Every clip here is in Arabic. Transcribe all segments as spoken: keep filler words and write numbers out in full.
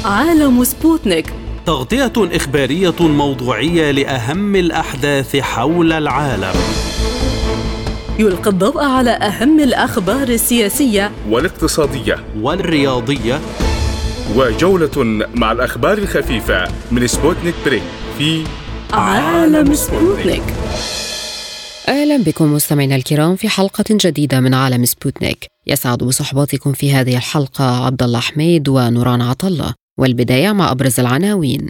عالم سبوتنيك، تغطية إخبارية موضوعية لأهم الأحداث حول العالم. يلقي الضوء على أهم الأخبار السياسية والاقتصادية والرياضية، وجولة مع الأخبار الخفيفة من سبوتنيك بريك في عالم سبوتنيك. أهلا بكم مستمعينا الكرام في حلقة جديدة من عالم سبوتنيك. يسعد بصحبتكم في هذه الحلقة عبد الله حميد ونوران عطلة، والبداية مع أبرز العناوين.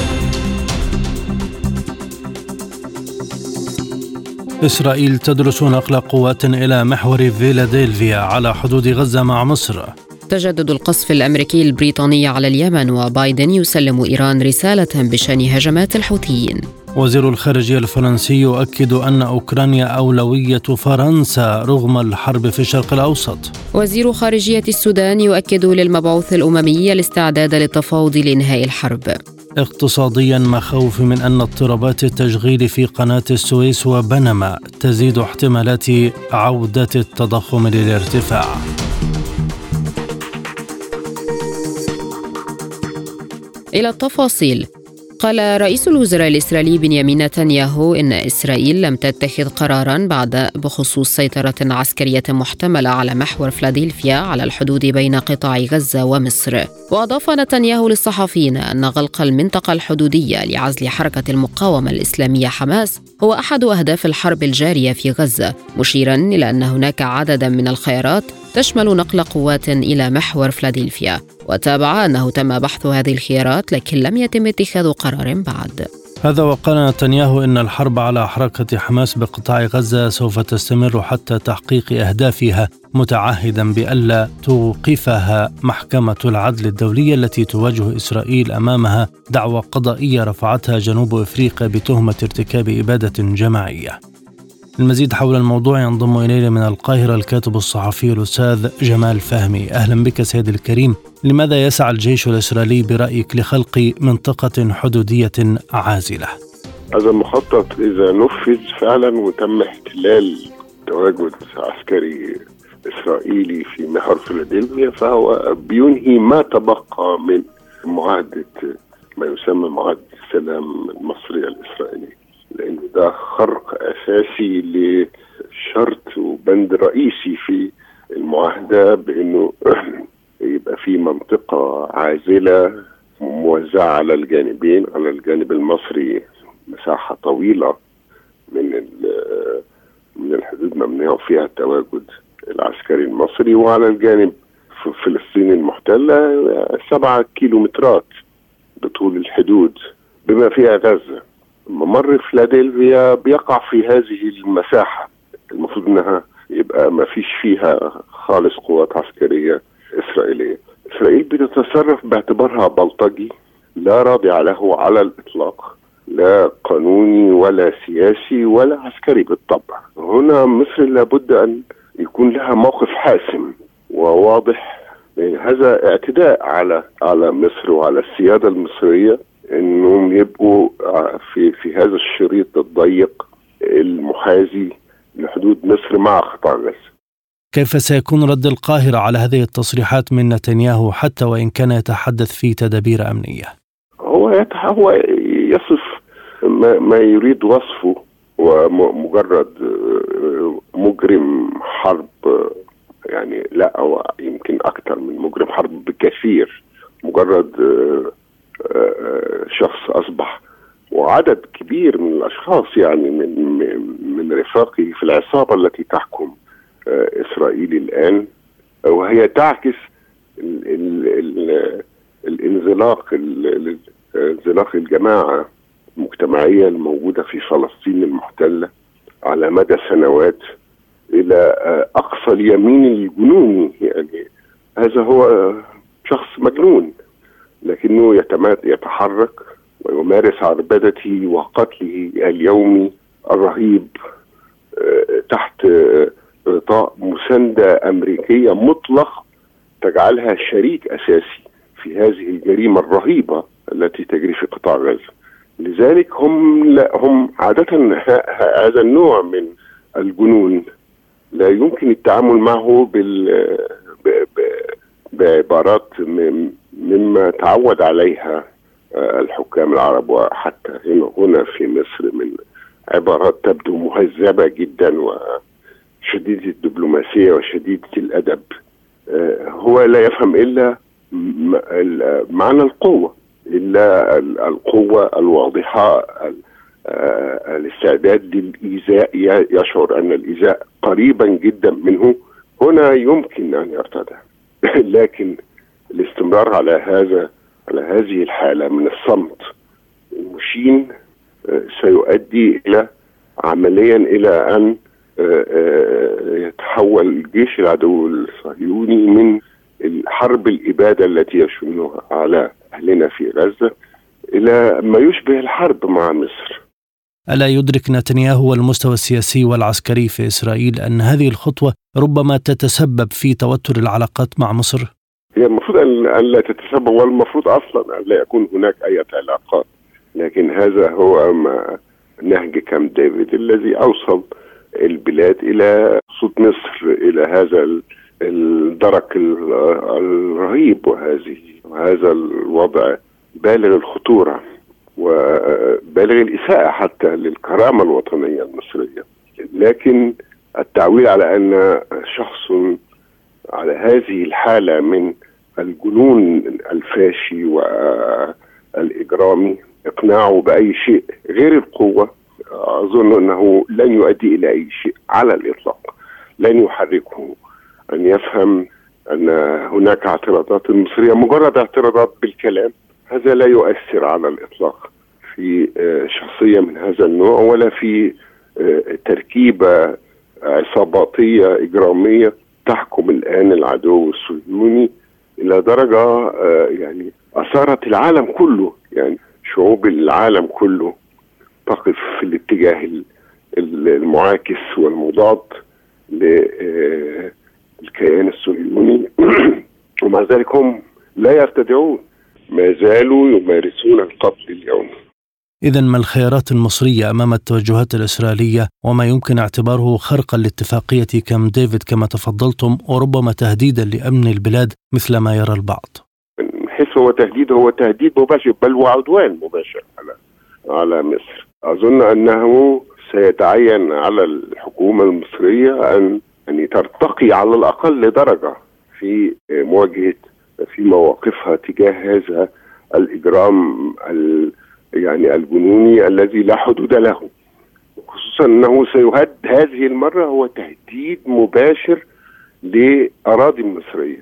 إسرائيل تدرس نقل قوات إلى محور فيلادلفيا على حدود غزة مع مصر. تجدد القصف الأمريكي البريطاني على اليمن، وبايدن يسلم إيران رسالة بشأن هجمات الحوثيين. وزير الخارجية الفرنسي يؤكد أن أوكرانيا أولوية فرنسا رغم الحرب في الشرق الأوسط. وزير خارجية السودان يؤكد للمبعوث الأممي الاستعداد للتفاوض لإنهاء الحرب. اقتصاديا، مخاوف من أن اضطرابات التشغيل في قناة السويس وبنما تزيد احتمالات عودة التضخم للارتفاع. إلى التفاصيل. قال رئيس الوزراء الإسرائيلي بنيامين نتنياهو إن إسرائيل لم تتخذ قراراً بعد بخصوص سيطرة عسكرية محتملة على محور فيلادلفيا على الحدود بين قطاع غزة ومصر. وأضاف نتنياهو للصحفيين أن غلق المنطقة الحدودية لعزل حركة المقاومة الإسلامية حماس هو أحد أهداف الحرب الجارية في غزة، مشيراً إلى أن هناك عدداً من الخيارات تشمل نقل قوات إلى محور فيلادلفيا. وتابع أنه تم بحث هذه الخيارات لكن لم يتم اتخاذ قرار بعد. هذا وقال نتنياهو إن الحرب على حركة حماس بقطاع غزة سوف تستمر حتى تحقيق أهدافها، متعهدا بألا توقفها محكمة العدل الدولية التي تواجه إسرائيل أمامها دعوى قضائية رفعتها جنوب أفريقيا بتهمة ارتكاب إبادة جماعية. المزيد حول الموضوع ينضم إلينا من القاهرة الكاتب الصحفي الأستاذ جمال فهمي. أهلا بك سيد الكريم. لماذا يسعى الجيش الإسرائيلي برأيك لخلق منطقة حدودية عازلة؟ هذا المخطط إذا نفذ فعلا وتم احتلال تواجد عسكري إسرائيلي في محور فيلادلفيا، فهو بينهي ما تبقى من معاهدة ما يسمى معاهدة السلام المصرية الإسرائيلية، لأن ده خرق أساسي لشرط وبند رئيسي في المعاهدة بأنه يبقى في منطقة عازلة موزعة على الجانبين. على الجانب المصري مساحة طويلة من من الحدود ممنوع فيها التواجد العسكري المصري، وعلى الجانب في فلسطين المحتلة سبعة كيلومترات بطول الحدود بما فيها غزة. ممر فيلادلفيا بيقع في هذه المساحة، المفروض انها يبقى ما فيش فيها خالص قوات عسكرية إسرائيلية. إسرائيل بتتصرف باعتبارها بلطجي لا رادع له على الإطلاق، لا قانوني ولا سياسي ولا عسكري بالطبع. هنا مصر لابد أن يكون لها موقف حاسم وواضح. هذا اعتداء على على مصر وعلى السيادة المصرية انهم يبقوا في في هذا الشريط الضيق المحاذي لحدود مصر مع قطاع غزة. كيف سيكون رد القاهرة على هذه التصريحات من نتنياهو حتى وإن كان يتحدث في تدابير أمنية؟ هو هو يصف ما, ما يريد وصفه ومجرد مجرم حرب، يعني لا هو يمكن أكثر من مجرم حرب بكثير، مجرد شخص أصبح وعدد كبير من الأشخاص يعني من من رفاقه في العصابة التي تحكم إسرائيل الآن، وهي تعكس ال ال ال الانزلاق انزلاق الجماعة المجتمعية الموجودة في فلسطين المحتلة على مدى سنوات إلى أقصى اليمين الجنوني. يعني هذا هو شخص مجنون، لكنه يتحرك ويمارس عربدته وقتله اليومي الرهيب تحت غطاء مساندة أمريكية مطلق تجعلها شريك أساسي في هذه الجريمة الرهيبة التي تجري في قطاع غزة. لذلك هم لا هم عادة هذا النوع من الجنون لا يمكن التعامل معه بال بعبارات مما تعود عليها الحكام العرب وحتى هنا في مصر من عبارات تبدو مهذبة جدا وشديدة الدبلوماسية وشديدة الأدب. هو لا يفهم إلا معنى القوة، إلا القوة الواضحة، الاستعداد للإيذاء، يشعر أن الإيذاء قريبا جدا منه، هنا يمكن أن يرتدع. لكن الاستمرار على هذا على هذه الحالة من الصمت المشين سيؤدي إلى عمليا إلى أن يتحول جيش العدو الصهيوني من الحرب الإبادة التي يشنها على أهلنا في غزة إلى ما يشبه الحرب مع مصر. ألا يدرك نتنياهو والمستوى السياسي والعسكري في إسرائيل أن هذه الخطوة ربما تتسبب في توتر العلاقات مع مصر؟ هي المفروض أن لا تتسبب، والمفروض أصلا أن لا يكون هناك أي علاقات، لكن هذا هو ما نهج كامب ديفيد الذي أوصل البلاد إلى صوت مصر إلى هذا الدرك الرهيب، وهذه وهذا الوضع بالغ الخطورة وبالغ الإساءة حتى للكرامة الوطنية المصرية. لكن التعويل على أن شخص على هذه الحالة من الجنون الفاشي والإجرامي إقناعه بأي شيء غير القوة، أظن أنه لن يؤدي إلى أي شيء على الإطلاق، لن يحركه أن يفهم أن هناك اعتراضات مصرية مجرد اعتراضات بالكلام. هذا لا يؤثر على الإطلاق في شخصية من هذا النوع ولا في تركيبة عصاباتية إجرامية تحكم الآن العدو الصهيوني إلى درجة يعني أثارت العالم كله، يعني شعوب العالم كله تقف في الاتجاه المعاكس والمضاد للكيان الصهيوني، ومع ذلك هم لا يرتدعون، ما زالوا يمارسون القتل اليوم. إذن ما الخيارات المصرية أمام التوجهات الإسرائيلية وما يمكن اعتباره خرقا لاتفاقية كامب ديفيد كما تفضلتم، وربما تهديدا لأمن البلاد مثل ما يرى البعض؟ من حيث هو تهديد، هو تهديد مباشر بل وعدوان مباشر على على مصر. أظن أنه سيتعين على الحكومة المصرية أن يعني ترتقي على الأقل درجة في مواجهة في مواقفها تجاه هذا الإجرام يعني الجنوني الذي لا حدود له، خصوصا أنه سيهد هذه المرة هو تهديد مباشر لأراضي مصرية،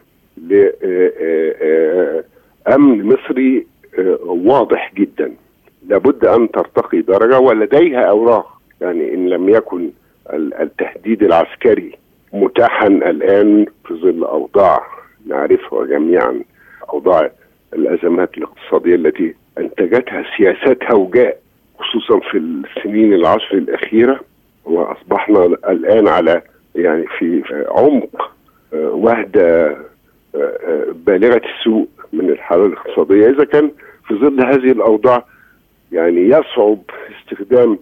لأمن مصري واضح جدا. لابد أن ترتقي درجة ولديها أوراق، يعني إن لم يكن التهديد العسكري متاحا الآن في ظل أوضاع نعرفها جميعا، أوضاع الأزمات الاقتصادية التي أنتجتها سياسات هوجاء خصوصا في السنين العشر الأخيرة، وأصبحنا الآن على يعني في عمق وهدة بالغة السوء من الحالة الاقتصادية. إذا كان في ظل هذه الأوضاع يعني يصعب استخدام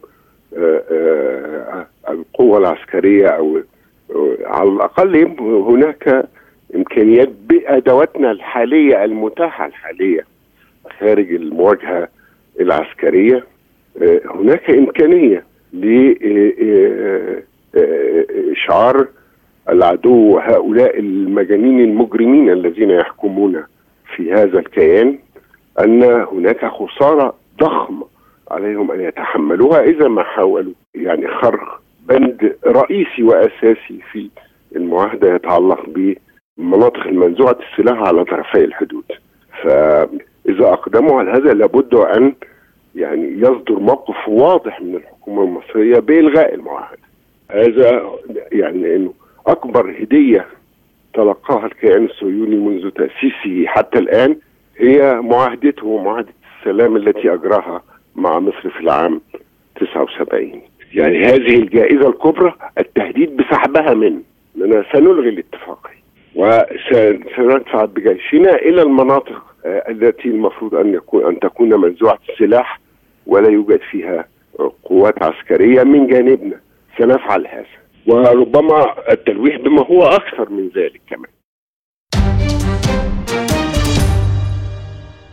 القوة العسكرية، أو على الأقل هناك إمكانيات بأدواتنا الحالية المتاحة الحالية خارج المواجهة العسكرية، هناك إمكانية لإشعار العدو وهؤلاء المجانين المجرمين الذين يحكمون في هذا الكيان أن هناك خسارة ضخمة عليهم أن يتحملوها إذا ما حاولوا يعني خرق بند رئيسي وأساسي في المعاهدة يتعلق بمناطق المنزوعة السلاح على طرفي الحدود. فإذا أقدموا على هذا لابد أن يعني يصدر موقف واضح من الحكومة المصرية بإلغاء المعاهدة. هذا يعني إنه أكبر هدية تلقاها الكيان الصهيوني منذ تأسيسه حتى الآن هي معاهدته ومعاهدة السلام التي أجراها مع مصر في العام تسعة وسبعين. يعني هذه الجائزة الكبرى التهديد بسحبها منه، لأننا سنلغي الاتفاقية وسندفع بجيشنا إلى المناطق التي المفروض أن يكون أن تكون منزوعة السلاح ولا يوجد فيها قوات عسكرية من جانبنا. سنفعل هذا، وربما التلويح بما هو أكثر من ذلك كمان.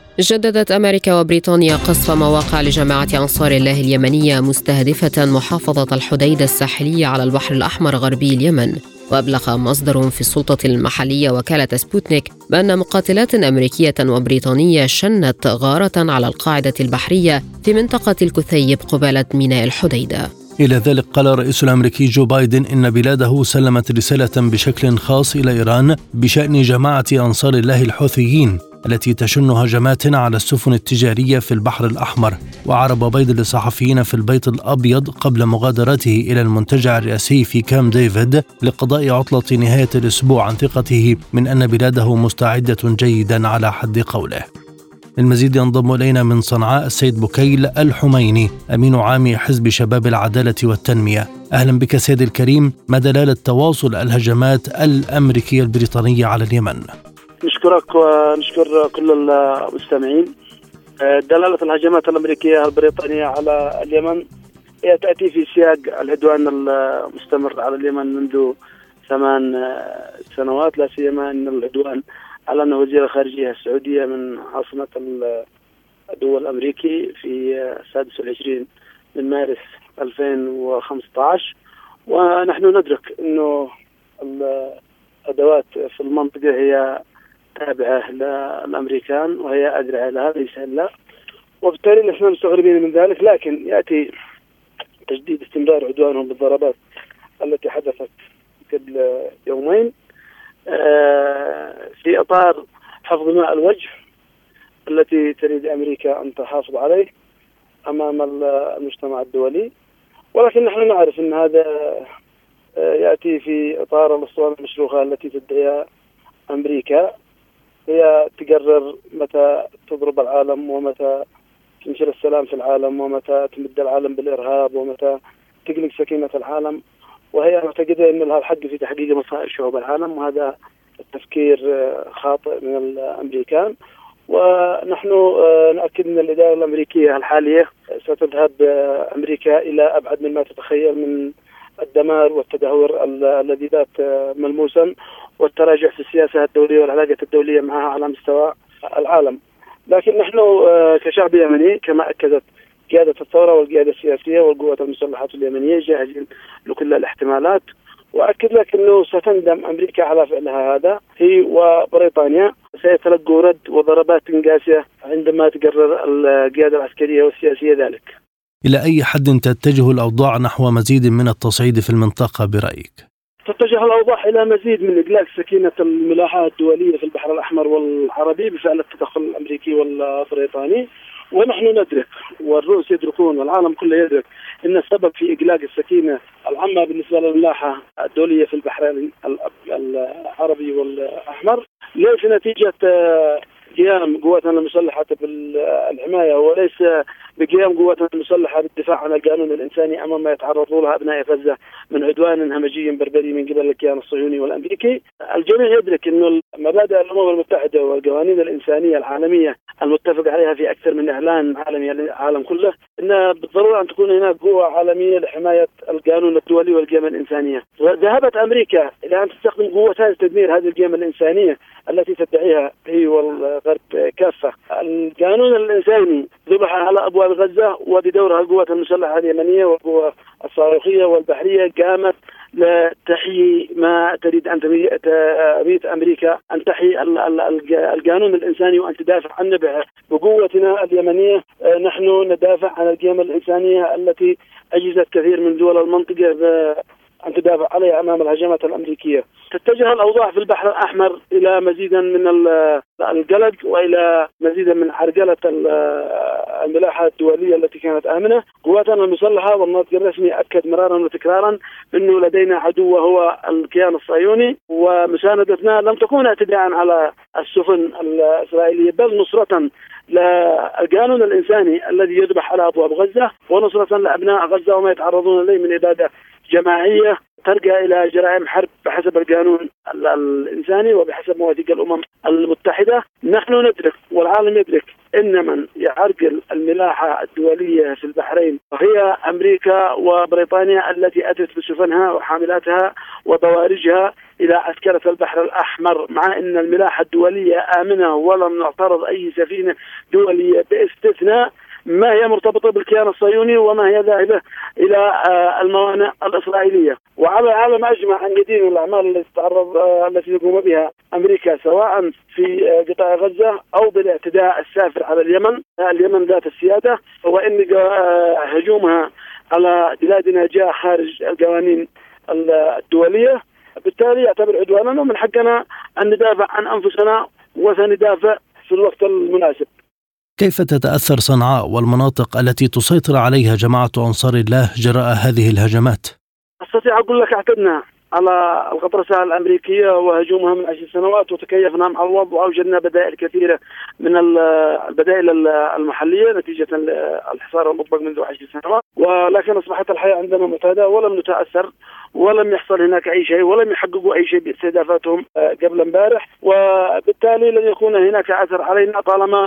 جددت أمريكا وبريطانيا قصف مواقع لجماعة أنصار الله اليمنية مستهدفة محافظة الحديدة الساحلية على البحر الأحمر غربي اليمن. وأبلغ مصدر في السلطة المحلية وكالة سبوتنيك بأن مقاتلات أمريكية وبريطانية شنت غارة على القاعدة البحرية في منطقة الكثيب قبالة ميناء الحديدة. إلى ذلك قال الرئيس الأمريكي جو بايدن إن بلاده سلمت رسالة بشكل خاص إلى إيران بشأن جماعة أنصار الله الحوثيين التي تشن هجمات على السفن التجارية في البحر الأحمر. وأعرب بايدن للصحفيين في البيت الأبيض قبل مغادرته إلى المنتجع الرئاسي في كامب ديفيد لقضاء عطلة نهاية الأسبوع عن ثقته من أن بلاده مستعدة جيدا على حد قوله. للمزيد ينضم إلينا من صنعاء السيد بكيل الحميني أمين عام حزب شباب العدالة والتنمية. أهلا بك سيد الكريم. ما دلالة تواصل الهجمات الأمريكية البريطانية على اليمن؟ نشكرك ونشكر كل المستمعين. دلالة الهجمات الأمريكية البريطانية على اليمن هي تأتي في سياق العدوان المستمر على اليمن منذ ثمان سنوات، لا سيما أن العدوان أعلن وزير الخارجية السعودية من عاصمة الدول الأمريكي في السادس والعشرين من مارس ألفين وخمسة عشر. ونحن ندرك أنه الأدوات في المنطقة هي تابعة للأمريكان وهي أدرع لها ليس إلا، وبالتالي نحن مستغربين من ذلك. لكن يأتي تجديد استمرار عدوانهم بالضربات التي حدثت قبل يومين في إطار حفظ ماء الوجه التي تريد أمريكا أن تحافظ عليه أمام المجتمع الدولي. ولكن نحن نعرف أن هذا يأتي في إطار الأسطوانة المشروخة التي تدعيها أمريكا، هي تقرر متى تضرب العالم ومتى تنشر السلام في العالم ومتى تمد العالم بالإرهاب ومتى تقلق سكينة العالم، وهي معتقدة أن لها الحق في تحقيق مصائر شعوب العالم، وهذا التفكير خاطئ من الأمريكان. ونحن نأكد أن الإدارة الأمريكية الحالية ستذهب أمريكا إلى أبعد مما تتخيل من الدمار والتدهور الذي بات ملموسا والتراجع في السياسة الدولية والعلاقات الدولية معها على مستوى العالم. لكن نحن كشعب يمني كما أكدت قيادة الثورة والقيادة السياسية والقوات المسلحات اليمنية جاهزين لكل الاحتمالات. وأكد لك أنه ستندم أمريكا على فعلها هذا، هي وبريطانيا سيتلقوا رد وضربات قاسية عندما تقرر القيادة العسكرية والسياسية ذلك. إلى أي حد تتجه الأوضاع نحو مزيد من التصعيد في المنطقة برأيك؟ تتجه الأوضاع إلى مزيد من إقلاق سكينة الملاحة الدولية في البحر الأحمر والعربي بفعل التدخل الأمريكي والبريطاني. ونحن ندرك والروس يدركون والعالم كله يدرك أن السبب في إقلاق السكينة العامة بالنسبة للملاحة الدولية في البحرين العربي والأحمر ليس نتيجة قيام قواتنا المسلحة بالحماية وليس بقيام قواتنا المسلحة بالدفاع عن القانون الإنساني أمام ما يتعرض لها أبناء غزة من عدوان همجي بربري من قبل الكيان الصهيوني والأمريكي. الجميع يدرك أن مبادئ الأمم المتحدة والقوانين الإنسانية العالمية المتفق عليها في أكثر من إعلان عالمي للعالم كله أن بالضرورة أن تكون هناك قوة عالمية لحماية القانون الدولي والقيم الإنسانية. ذهبت أمريكا إلى أن تستخدم قوتها لتدمير هذه القيم الإنسانية التي تدعيها هي والغرب كافة. القانون الإنساني ذبح على أبواب غزة، وبدورها القوات المسلحة اليمنية والقوى الصاروخية والبحرية قامت لتحيي ما تريد أن تريد أمريكا أن تحيي القانون الإنساني وأن تدافع عنه بقوتنا اليمنية. نحن ندافع عن القيم الإنسانية التي أجهزت كثير من دول المنطقة أن تدافع عليها أمام الهجمات الأمريكية. تتجه الأوضاع في البحر الأحمر إلى مزيدا من القلق وإلى مزيدا من عرقلة الملاحة الدولية التي كانت آمنة. قواتنا المسلحة والناطق الرسمي أكد مرارا وتكرارا أنه لدينا عدو وهو الكيان الصهيوني، ومساندتنا لم تكون اعتداء على السفن الإسرائيلية بل نصرة للقانون الإنساني الذي يذبح على أبواب غزة ونصرة لأبناء غزة وما يتعرضون إليه من إبادة جماعية ترجع إلى جرائم حرب بحسب القانون الإنساني وبحسب مواثيق الأمم المتحدة. نحن ندرك والعالم يدرك إن من يعرقل الملاحة الدولية في البحرين هي أمريكا وبريطانيا التي أتت بسفنها وحاملاتها وبوارجها إلى عسكرة البحر الأحمر، مع أن الملاحة الدولية آمنة ولم نعترض أي سفينة دولية باستثناء ما هي مرتبطة بالكيان الصهيوني وما هي ذاهبة إلى الموانئ الإسرائيلية. وعلى العالم أجمع أن يدين الأعمال التي تتعرض التي تقوم بها أمريكا سواء في قطاع غزة أو بالاعتداء السافر على اليمن اليمن ذات السيادة، وإن هجومها على بلادنا جاء خارج القوانين الدولية، بالتالي يعتبر عدوانا، ومن حقنا أن ندافع عن أنفسنا وسندافع في الوقت المناسب. كيف تتأثر صنعاء والمناطق التي تسيطر عليها جماعة أنصار الله جراء هذه الهجمات؟ أستطيع أقول لك اعتدنا على القطرسة الأمريكية وهجومها من عشر سنوات، وتكيفنا مع الوضع وأوجدنا بدائل كثيرة من البدائل المحلية نتيجة الحصار المطبق منذ عشر سنوات، ولكن أصبحت الحياة عندنا معتادة ولم نتأثر ولم يحصل هناك أي شيء ولم يحققوا أي شيء باستهدافاتهم قبل امبارح، وبالتالي لن يكون هناك أثر علينا طالما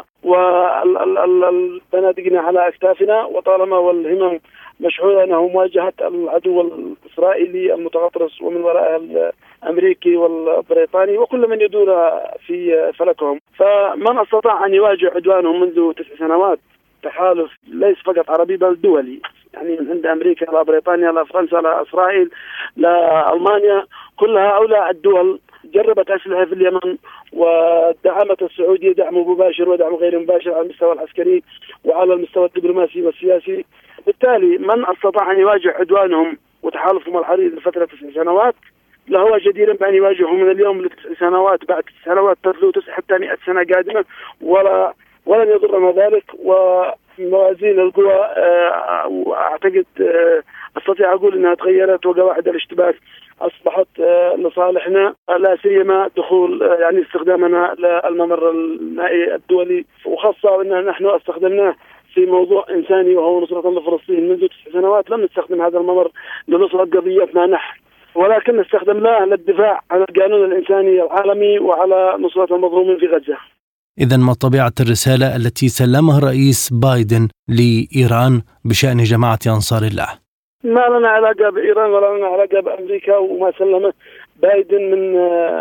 والبنادقنا على أكتافنا وطالما والهمم مشحونة مواجهة العدو الإسرائيلي المتغطرس ومن وراء الأمريكي والبريطاني وكل من يدور في فلكهم. فمن استطاع أن يواجه عدوانهم منذ تسع سنوات تحالف ليس فقط عربي بل دولي، يعني من عند أمريكا لا بريطانيا لا فرنسا لا إسرائيل لا ألمانيا، كل هؤلاء الدول جربت أسلحة في اليمن ودعمت السعودية دعم مباشر ودعم غير مباشر على المستوى العسكري وعلى المستوى الدبلوماسي والسياسي. بالتالي من استطاع أن يواجه عدوانهم وتحالفهم الحريض لفترة تسع سنوات لهو جدير بأن يواجههم من اليوم لتسع سنوات بعد تسع سنوات تتلو تسع حتى مئة سنة قادمة، ولا ولن يضرنا ذلك. وموازين القوى أعتقد أستطيع أقول أنها تغيرت وقواعد الاشتباك أصبحت لصالحنا، لا سيما دخول يعني استخدامنا للممر المائي الدولي، وخاصة أن نحن استخدمناه في موضوع إنساني وهو نصرة لفلسطين منذ تسع سنوات. لم نستخدم هذا الممر لنصرة قضيتنا نحن، ولكن نستخدمناه للدفاع عن القانون الإنساني العالمي وعلى نصرة المظلومين في غزة. إذن ما طبيعة الرسالة التي سلمها الرئيس بايدن لإيران بشأن جماعة أنصار الله؟ ما لنا علاقة بإيران ولا لنا علاقة بأمريكا وما سلمه بايدن من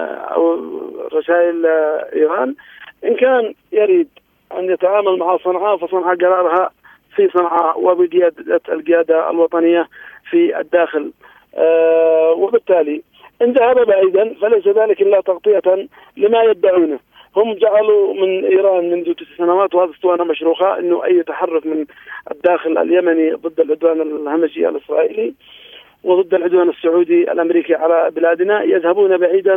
رسائل إيران. إن كان يريد أن يتعامل مع صنعاء فصنعاء قرارها في صنعاء وبقيادة القيادة الوطنية في الداخل، أه وبالتالي إن ذهب بعيدا فليس ذلك إلا تغطية لما يدعونه. هم جعلوا من إيران منذ تسع سنوات وهذا اسطوانة مشروخة أنه أي تحرك من الداخل اليمني ضد العدوان الهمجي الإسرائيلي وضد العدوان السعودي الأمريكي على بلادنا يذهبون بعيدا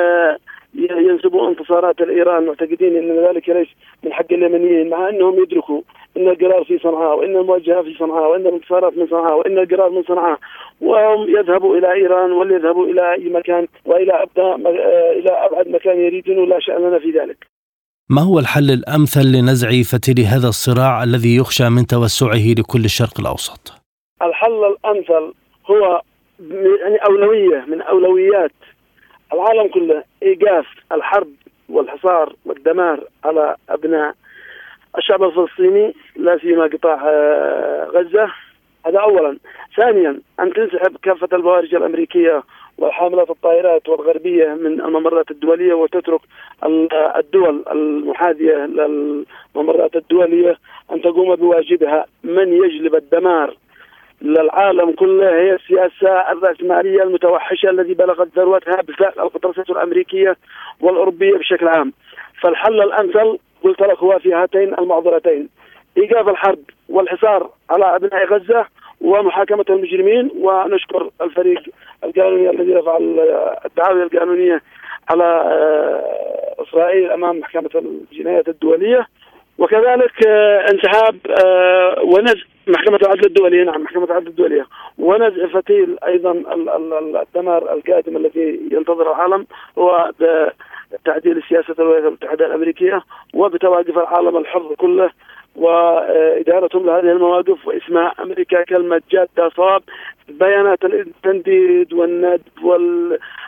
ينسبوا انتصارات الإيران معتقدين أن ذلك ليس من حق اليمنيين، مع أنهم يدركوا أن القرار في صنعاء وأن المواجهة في صنعاء وأن الانتصارات من صنعاء وأن القرار من صنعاء، وهم يذهبوا إلى إيران وليذهبوا إلى أي مكان وإلى أبدا إلى أبعد مكان يريدون، لا شأن لنا في ذلك. ما هو الحل الأمثل لنزع فتيل هذا الصراع الذي يخشى من توسعه لكل الشرق الأوسط؟ الحل الأمثل هو يعني أولوية من أولويات العالم كله إيقاف الحرب والحصار والدمار على أبناء الشعب الفلسطيني لا سيما قطاع غزة، هذا أولا. ثانيا أن تنسحب كافة البوارج الأمريكية والحاملات الطائرات والغربية من الممرات الدولية وتترك الدول المحاذية للممرات الدولية أن تقوم بواجبها. من يجلب الدمار للعالم كله هي السياسة الرأسمالية المتوحشة التي بلغت ذروتها بفعل القطرسة الأمريكية والأوروبية بشكل عام. فالحل الأمثل قلت لك هو في هاتين المعضلتين: إيقاف الحرب والحصار على أبناء غزة ومحاكمة المجرمين، ونشكر الفريق القانوني الذي رفع الدعاوى القانونية على إسرائيل أمام محكمة الجنايات الدولية، وكذلك انسحاب ونزع محكمة العدل الدولية نعم محكمة العدل الدولية ونزع فتيل أيضا الدمار القادم الذي ينتظر العالم، هو بتعديل سياسة الولايات المتحدة الأمريكية وبتواقف العالم الحر كله وإدارتهم لهذه المواقف وإسماء أمريكا كلمة جادة صواب. بيانات التنديد والندب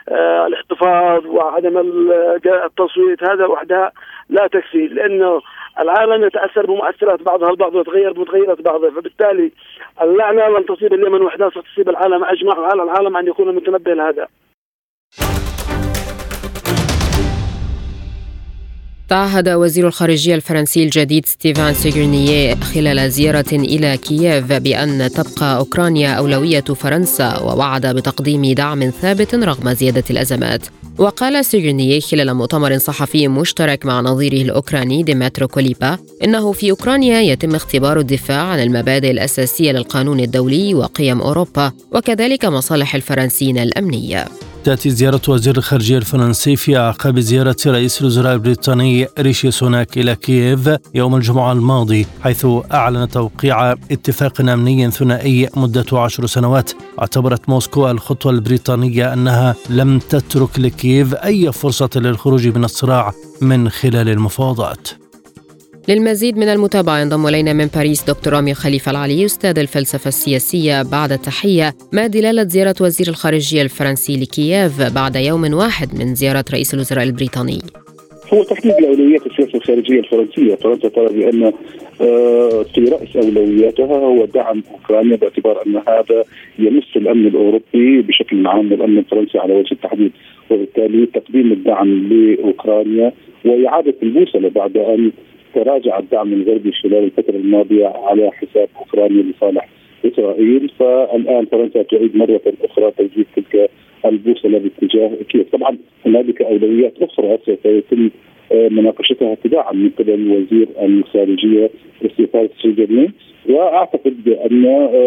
والاحتفاظ وعدم التصويت هذا وحدها لا تكفي، لأنه العالم يتأثر بمؤثرات بعضها البعض ويتغير بمتغيرات بعضها، فبالتالي اللعنة لن تصيب اليمن وحدها، ستصيب العالم أجمع، وعلى العالم أن يكون متنبه لهذا. تعهد وزير الخارجية الفرنسي الجديد ستيفان سيغورنيي خلال زيارة إلى كييف بأن تبقى أوكرانيا أولوية فرنسا، ووعد بتقديم دعم ثابت رغم زيادة الأزمات. وقال سيغورنيي خلال مؤتمر صحفي مشترك مع نظيره الأوكراني ديمترو كوليبا إنه في أوكرانيا يتم اختبار الدفاع عن المبادئ الأساسية للقانون الدولي وقيم أوروبا، وكذلك مصالح الفرنسيين الأمنية. تأتي زيارة وزير الخارجية الفرنسي في أعقاب زيارة رئيس الوزراء البريطاني ريشي سوناك إلى كييف يوم الجمعة الماضي، حيث أعلن توقيع اتفاق أمني ثنائي مدته عشر سنوات. اعتبرت موسكو الخطوة البريطانية أنها لم تترك لكييف أي فرصة للخروج من الصراع من خلال المفاوضات. للمزيد من المتابعة ينضم إلينا من باريس دكتور رامي خليفة العلي أستاذ الفلسفة السياسية. بعد التحية، ما دلالة زيارة وزير الخارجية الفرنسي لكييف بعد يوم واحد من زيارة رئيس الوزراء البريطاني؟ هو تحديد أولويات السياسة الخارجية الفرنسية. فرنسا ترى بأن في رأس أولوياتها هو دعم أوكرانيا، باعتبار أن هذا يمس الأمن الأوروبي بشكل عام والأمن الفرنسي على وجه التحديد، وبالتالي تقديم الدعم لأوكرانيا وإعادة البوصلة بعد أن تراجع الدعم الغربي خلال الفترة الماضية على حساب أوكرانيا لصالح إسرائيل. فالآن فرنسا تعيد مرة أخرى توجيه تلك البوصلة باتجاه كييف. طبعا هنالك أولويات أخرى سوف يتم مناقشتها تباعا من قبل وزير الخارجية ستيفان سيغورنيي، وأعتقد أن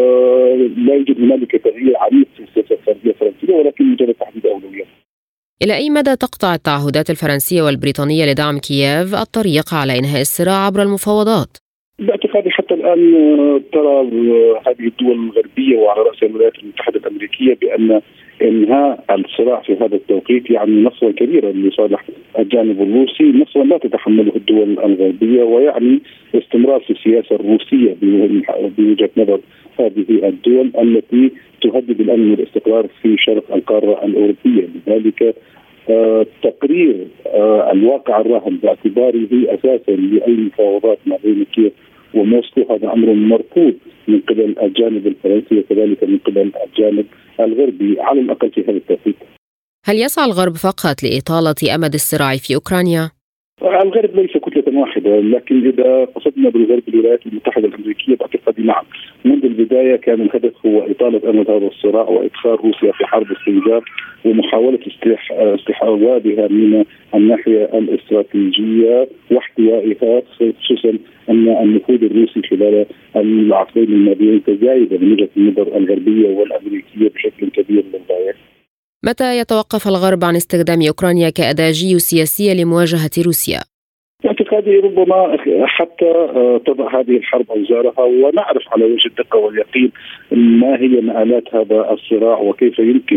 لا يوجد هنالك تغيير عميق في السياسة الخارجية الفرنسية، ولكن مجرد تحديد أولويات. إلى أي مدى تقطع التعهدات الفرنسية والبريطانية لدعم كييف الطريق على إنهاء الصراع عبر المفاوضات؟ باعتقادي حتى الآن ترى هذه الدول الغربية وعلى رأسها الولايات المتحدة الأمريكية بأن إنهاء الصراع في هذا التوقيت يعني نصرا كبيرا لصالح الجانب الروسي، نصرا لا تتحمله الدول الغربية، ويعني استمرار في السياسة الروسية بوجهة نظر هذه الدول التي تهدد الأمن والاستقرار في شرق القارة الأوروبية. لذلك آه تقرير آه الواقع الراهن باعتباره أساسا لأي مفاوضات ما بين كييف وموسكو هذا أمر مرفوض من قبل الجانب الفرنسي وكذلك من قبل الجانب الغربي على الأقل في هذا التوقيت. هل يسعى الغرب فقط لإطالة أمد الصراع في أوكرانيا؟ الغرب ليس كتلة واحدة، لكن إذا قصدنا بالغرب الولايات المتحدة الأمريكية باعتقادي نعم. منذ البداية كان الهدف هو إطالة أمد هذا الصراع وإدخال روسيا في حرب استنزاف ومحاولة استحواذها من الناحية الاستراتيجية واحتوائها، خصوصا أن النفوذ الروسي خلال العقدين الماضيين تزايد من وجهة النظر الغربية والأمريكية بشكل كبير للغاية. متى يتوقف الغرب عن استخدام أوكرانيا كأداة جيوسياسية لمواجهة روسيا؟ باعتقادي ربما حتى تضع هذه الحرب أوزارها ونعرف على وجه الدقة واليقين ما هي مآلات هذا الصراع وكيف يمكن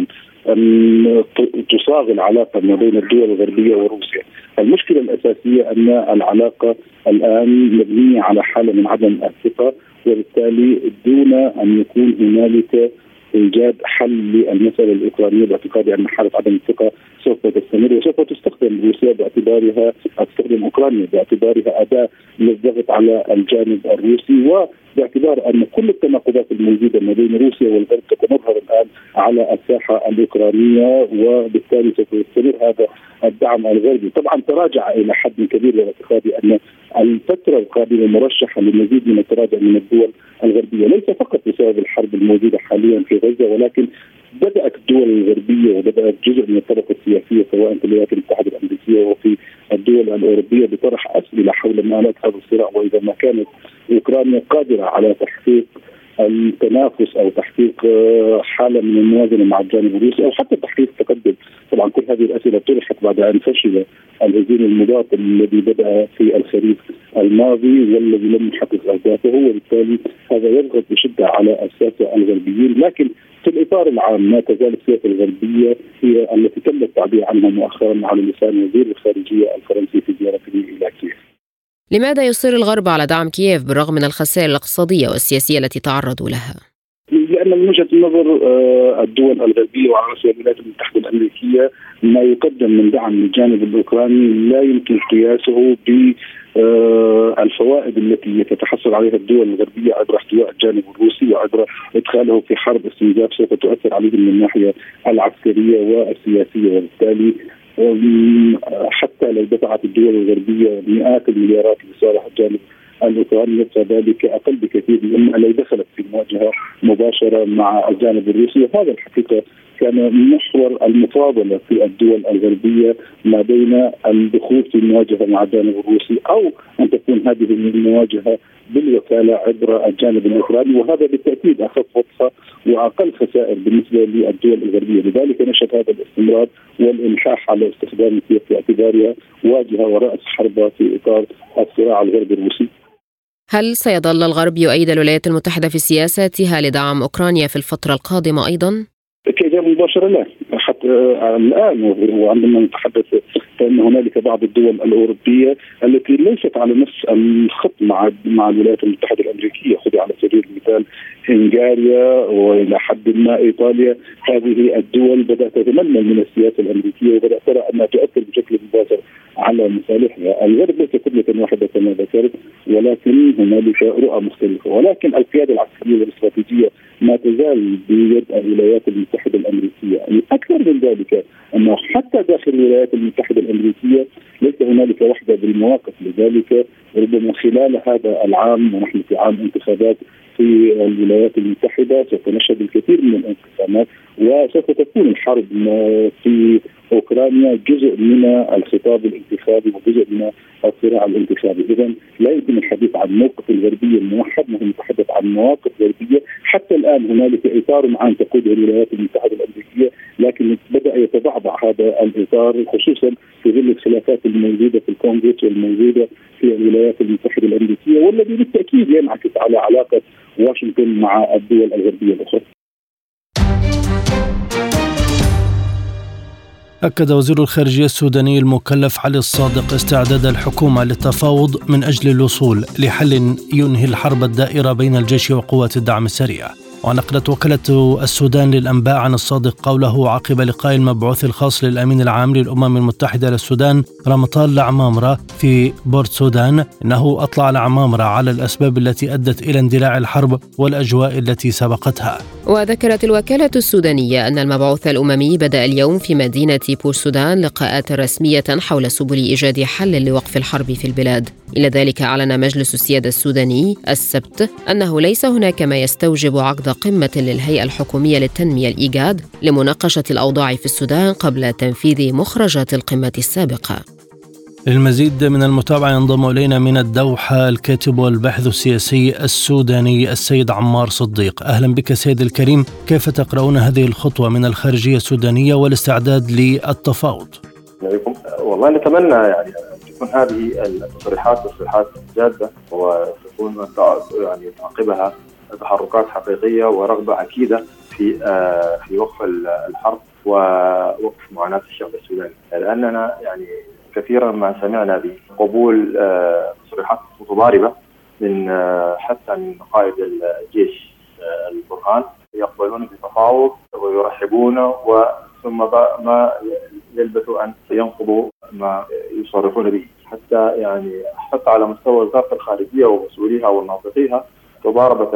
أن تصاغ العلاقة ما بين الدول الغربية وروسيا. المشكلة الأساسية أن العلاقة الآن مبنية على حالة من عدم الثقة، وبالتالي دون أن يكون هنالك إيجاد حل للمسألة الأوكرانية باعتقادي أن حالة عدم الثقة سوف تستمر وسوف تستخدم روسيا باعتبارها تستخدم أوكرانيا باعتبارها أداة للضغط على الجانب الروسي، وباعتبار أن كل التناقضات الموجودة ما بين روسيا والغرب تتمظهر الآن على الساحة الأوكرانية، وبالتالي سوف يستمر هذا الدعم الغربي. طبعا تراجع إلى حد كبير باعتقادي أن الفترة القادمة مرشحة لمزيد من التراجع من الدول الغربية، ليس فقط بسبب الحرب الموجودة حاليا في غزة، ولكن بدأت الدول الغربية وبدأت جزء من الطبقة السياسية سواء في الولايات المتحدة الأمريكية وفي الدول الأوروبية بطرح أسئلة حول مآلات هذا الصراع، وإذا ما كانت أوكرانيا قادرة على تحقيق التنافس أو تحقيق حالة من الموازنة مع الجانب الروسي أو حتى تحقيق التقدم. طبعا كل هذه الأسئلة طرحت بعد أن فشل الهجوم المضاد الذي بدأ في الخريف الماضي والذي لم يحقق أهدافه، وبالتالي هذا يضغط بشدة على الساسة الغربيين. لكن في الإطار العام ما تزال السياسة الغربية هي التي تم التعبير عنها مؤخرا على لسان وزير الخارجية الفرنسي في زيارته إلى كييف. لماذا يصر الغرب على دعم كييف بالرغم من الخسائر الاقتصادية والسياسية التي تعرضوا لها؟ لأن بأن من وجهة نظر الدول الغربية وعلى رأسها الولايات المتحدة الأمريكية ما يقدم من دعم للجانب الأوكراني لا يمكن قياسه ب الفوائد التي تتحصل عليها الدول الغربية عبر احتواء الجانب الروسي وعبر إدخاله في حرب استنزاف سوف تؤثر عليه من الناحية العسكرية والسياسية. وبالتالي حتى لو دفعت الدول الغربية مئات المليارات لصالح الجانب الأوكراني فذلك أقل بكثير مما لو دخلت في مواجهة مباشرة مع الجانب الروسي. وهذا الحقيقة كان محور المفاضلة في الدول الغربية ما بين الدخول في المواجهة مع الجانب الروسي أو أن تكون هذه المواجهة بالوكالة عبر الجانب الأوكراني، وهذا بالتأكيد أخف وطأة وأقل خسائر بالنسبة للدول الغربية. لذلك نشأت هذا الاستمرار والإلحاح على استخدام كييف في اعتبارها واجهة ورأس حربة في إطار الصراع الغربي الروسي. هل سيظل الغرب يؤيد الولايات المتحدة في سياساتها لدعم أوكرانيا في الفترة القادمة أيضا؟ كإجابة مباشرة لا. حتى الآن وعندما نتحدث فإن هنالك بعض الدول الأوروبية التي ليست على نفس الخط مع مع الولايات المتحدة الأمريكية. خذي على سبيل المثال هنغاريا وإلى حد ما إيطاليا، هذه الدول بدأت تتملل من السياسة الأمريكية وبدأت ترى أنها تؤثر بشكل مباشر على مصالحها. الغرب ليس كتلة واحدة كما ذكرت، ولكن هنالك رؤى مختلفة، ولكن القيادة العسكرية والاستراتيجية ما تزال بيد الولايات المتحدة الأمريكية. الأكثر من ذلك أنه حتى داخل الولايات المتحدة الأمريكية ليس هنالك وحدة بالمواقف. لذلك ربما خلال هذا العام ونحن في عام انتخابات في الولايات المتحدة سوف نشهد الكثير من الانقسامات وسوف تكون الحرب في أوكرانيا جزء من الخطاب الانتخابي وجزء من الصراع الانتخابي. إذن لا يمكن الحديث عن موقف الغربية الموحد، نحن نتحدث عن مواقف غربية. حتى الآن هنالك إطار عام تقوده الولايات المتحدة الأمريكية، لكن بدأ يتضعضع هذا الإطار خصوصا في ظل الخلافات الموجودة في الكونغرس والموجودة في الولايات المتحدة الأمريكية، والذي بالتأكيد ينعكس على علاقة واشنطن مع الدول الغربية الأخرى. أكد وزير الخارجية السوداني المكلف علي الصادق استعداد الحكومة للتفاوض من أجل الوصول لحل ينهي الحرب الدائرة بين الجيش وقوات الدعم السريع. ونقلت وكالة السودان للأنباء عن الصادق قوله عقب لقاء المبعوث الخاص للأمين العام للأمم المتحدة للسودان رمضان العمامرة في بورت سودان إنه أطلع العمامرة على الأسباب التي أدت إلى اندلاع الحرب والأجواء التي سبقتها. وذكرت الوكالة السودانية أن المبعوث الأممي بدأ اليوم في مدينة بورت سودان لقاءات رسمية حول سبل إيجاد حل لوقف الحرب في البلاد. إلى ذلك أعلن مجلس السيادة السوداني السبت أنه ليس هناك ما يستوجب عقد قمة للهيئة الحكومية للتنمية الإيجاد لمناقشة الأوضاع في السودان قبل تنفيذ مخرجات القمة السابقة. للمزيد من المتابعة ينضم إلينا من الدوحة الكاتب والباحث السياسي السوداني السيد عمار صديق. أهلا بك سيد الكريم، كيف تقرؤون هذه الخطوة من الخارجية السودانية والاستعداد للتفاوض؟ عليكم. والله نتمنى يعني تكون هذه التصريحات تصريحات جادة وتكون يعني تعقبها تحركات حقيقية ورغبة أكيدة في في وقف الحرب ووقف معاناة الشعب السوداني، لأننا يعني كثيرا ما سمعنا بقبول تصريحات متضاربة من حتى من قائد الجيش البرهان يقبلون بالتفاوض ويرحبون وثم ما يلبثوا أن ينقضوا ما يصرحون به. حتى يعني حتى على مستوى وزارة الخارجية ومسؤوليها وناطقيها تضاربت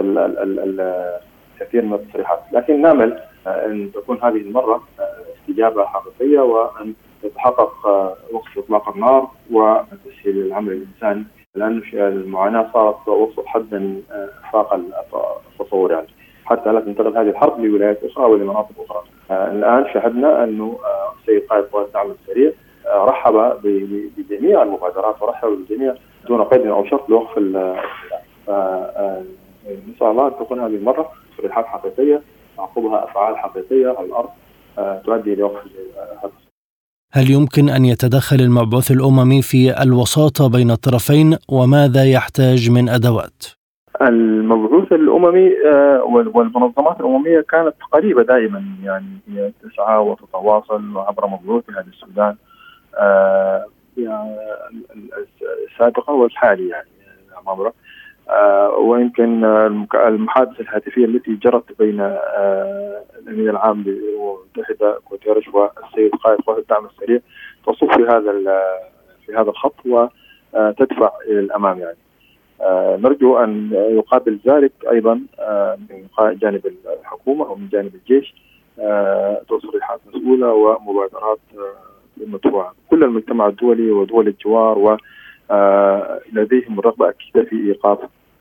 الكثير من التصريحات، لكن نامل أن تكون هذه المرة استجابة حقيقية وأن يتحقق وقف إطلاق النار وتسهيل العمل الإنساني، لأن المعاناة صارت وصلت حدا فاق التصور يعني حتى لا تنتقل هذه الحرب لولايات أخرى ولمناطق أخرى. الآن شاهدنا أنه السيد قائد قوات الدعم السريع رحب بجميع المبادرات ورحب بجميع دون قيد أو شرط لوقف إن شاء الله أن تكون هذه المرة تصريحات حقيقية تعقبها أفعال حقيقية على الأرض تؤدي لوقف الحرب. هل يمكن أن يتدخل المبعوث الأممي في الوساطة بين الطرفين وماذا يحتاج من أدوات؟ المبعوث الأممي والمنظمات الأممية كانت قريبة دائما، يعني هي تسعى وتتواصل عبر مبعوثها للسودان يعني السابقة والحالي يعني عمامرة. ويمكن المحادثة الهاتفية التي جرت بين الأمين العام للأمم المتحدة غوتيريش والسيد قائد قوات الدعم السريع تصب في هذا في هذا الخط وتدفع إلى الأمام. يعني نرجو أن يقابل ذلك أيضا من جانب الحكومة أو من جانب الجيش تصريحات مسؤولة ومبادرات مدفوعة. كل المجتمع الدولي ودول الجوار ولديهم رغبة أكيدة في إيقاف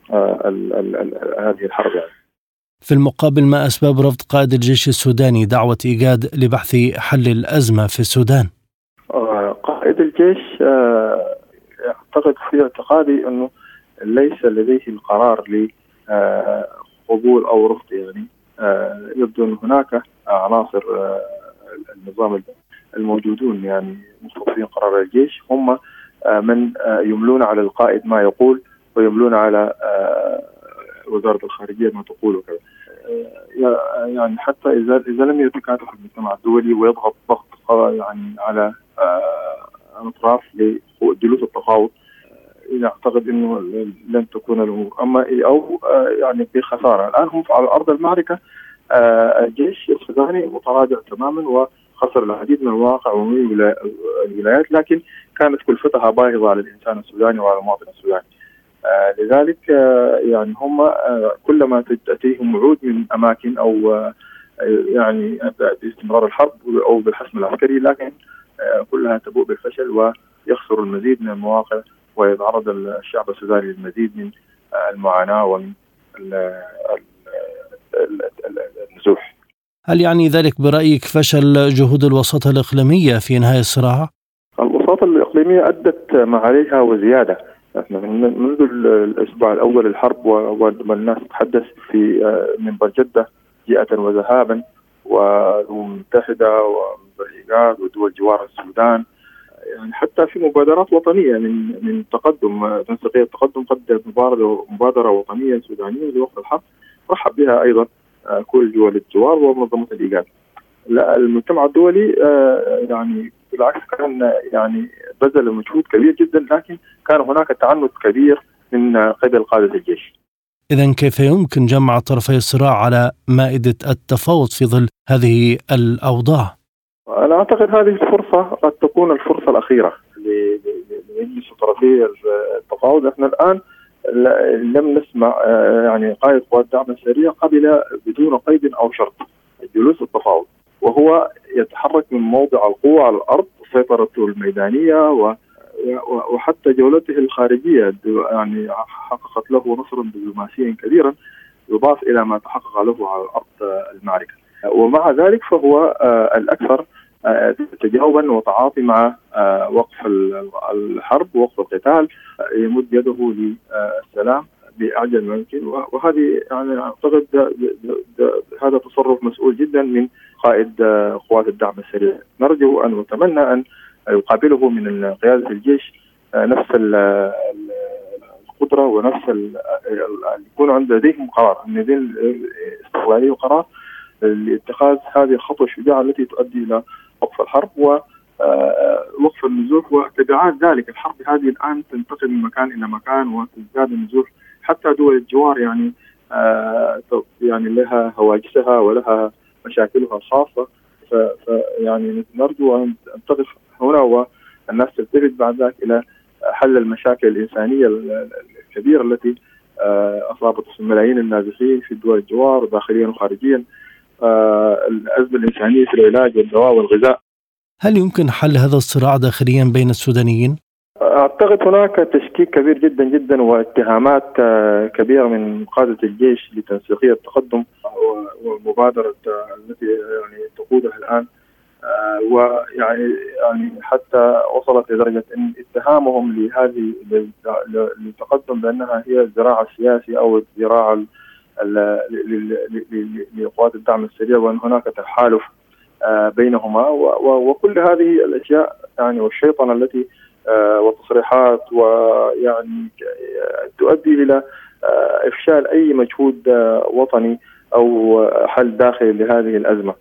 هذه الحرب. يعني في المقابل، ما أسباب رفض قائد الجيش السوداني دعوة إيجاد لبحث حل الأزمة في السودان؟ قائد الجيش أعتقد في اعتقادي أنه ليس لديه القرار لقبول أو رفض. يعني يبدو أن هناك عناصر النظام الموجودون يعني مختصين قرار الجيش هم من يملون على القائد ما يقول ويملون على وزارة الخارجية ما تقول وكذا. يعني حتى إذا إذا لم يتكاتف المجتمع الدولي ويضغط ضغط يعني على أطراف لجلوس التفاوض، أعتقد إنه لن تكون الأمور أما أو يعني في خسارة. الآن هم على أرض المعركة. الجيش السوداني متراجع تماما وخسر العديد من الواقع ومن الولايات، لكن كانت كلفتها باهظة على الإنسان السوداني وعلى المواطن السوداني. آه لذلك آه يعني هم آه كلما تأتيهم وعود من أماكن أو آه يعني باستمرار الحرب أو بالحسم العسكري، لكن آه كلها تبوء بالفشل ويخسر المزيد من المواقع ويتعرض الشعب السوداني للمزيد من آه المعاناة ومن النزوح. هل يعني ذلك برأيك فشل جهود الوساطة الإقليمية في إنهاء الصراع؟ الوساطة الإقليمية أدت ما عليها وزيادة. منذ الأسبوع الأول الحرب والناس تتحدث في منبر جدة جيئة وذهابا والأمم المتحدة ومبرهجات ودول جوار السودان، يعني حتى في مبادرات وطنية من من تقدم تنسيقية التقدم قد مبادرة مبادرة وطنية سودانية لوقف الحرب رحب بها أيضا كل دول الجوار ومنظمة الإيجاد. المجتمع الدولي يعني بالعكس كان يعني بذل مجهود كبير جدا، لكن كان هناك تعنت كبير من قبل قادة الجيش. إذن كيف يمكن جمع طرفي الصراع على مائدة التفاوض في ظل هذه الأوضاع؟ أنا أعتقد هذه الفرصة قد تكون الفرصة الأخيرة لمجلس طرفي التفاوض. احنا الآن لم نسمع يعني قائد قوات الدعم السريع قبل بدون قيد أو شرط جلوس التفاوض، وهو يتحرك من موضع القوة على الأرض، سيطرته الميدانية وحتى جولته الخارجية يعني حققت له نصرا دبلوماسيا كبيرا يضاف إلى ما تحقق له على الأرض المعركة. ومع ذلك فهو الأكثر تجاوبا وتعاطي مع وقف الحرب ووقف القتال، يمد يده للسلام بأعجل ما يمكن. وهذه يعني أعتقد هذا تصرف مسؤول جدا من قائد قوات الدعم السريع. نرجو أن نتمنى أن يقابله من قيادة الجيش نفس القدرة ونفس يكون عند لديهم قرار، ان لديهم استقلالية وقرار لاتخاذ هذه الخطوة الشجاعة التي تؤدي إلى وقف الحرب ووقف النزوح وتبعات ذلك. الحرب هذه الآن تنتقل من مكان إلى مكان وتزداد النزوح، حتى دول الجوار يعني آه يعني لها هواجسها ولها مشاكلها الخاصة. فيعني نرجو أن تقف هنا والناس تلتفت بعد ذلك إلى حل المشاكل الإنسانية الكبيرة التي آه أصابت ملايين النازحين في دول الجوار داخليا وخارجيا، آه الأزمة الإنسانية في العلاج والدواء والغذاء. هل يمكن حل هذا الصراع داخليا بين السودانيين؟ أعتقد هناك تشكيك كبير جدا جدا واتهامات كبيرة من قادة الجيش لتنسيقية التقدم والمبادرة التي يعني تقودها الآن، ويعني يعني حتى وصلت لدرجة أن اتهامهم لهذه التقدم بأنها هي الذراع السياسي أو الذراع لقوات الدعم السريع، وأن هناك تحالف بينهما وكل هذه الأشياء يعني والشيطنة التي وتصريحات ويعني تؤدي إلى إفشال أي مجهود وطني أو حل داخلي لهذه الأزمة.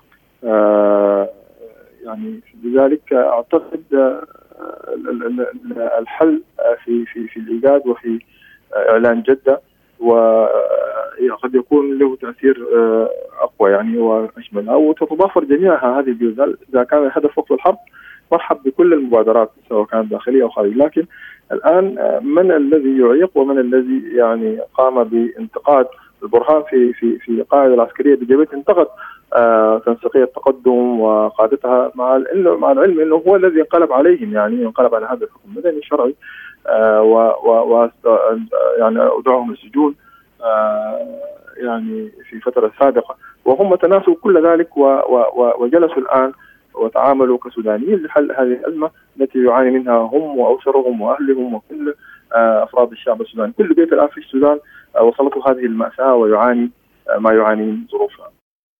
يعني لذلك أعتقد الحل في في في الإيجاد وفي إعلان جدة، وقد يكون له تأثير أقوى يعني وأشمل، أو تتضافر جميع هذه البيوت. إذا كان الهدف وقف الحرب مرحب بكل المبادرات سواء كانت داخلية أو خارجية، لكن الآن من الذي يعيق ومن الذي يعني قام بانتقاد البرهان في في في القاعدة العسكرية بجبهة، انتقد آه تنسيقية التقدم وقادتها، مع انه مع العلم انه هو الذي انقلب عليهم، يعني انقلب على هذا الحكم المدني الشرعي آه و, و, و يعني اودعهم السجون آه يعني في فترة سابقة، وهم تناسوا كل ذلك و و وجلسوا الآن وتعاملوا كسودانيين لحل هذه الأزمة التي يعاني منها هم وأسرهم وأهلهم وكل آه أفراد الشعب السوداني. كل بيت الآن في السودان آه وصلته هذه المأساة ويعاني آه ما يعاني من ظروفها.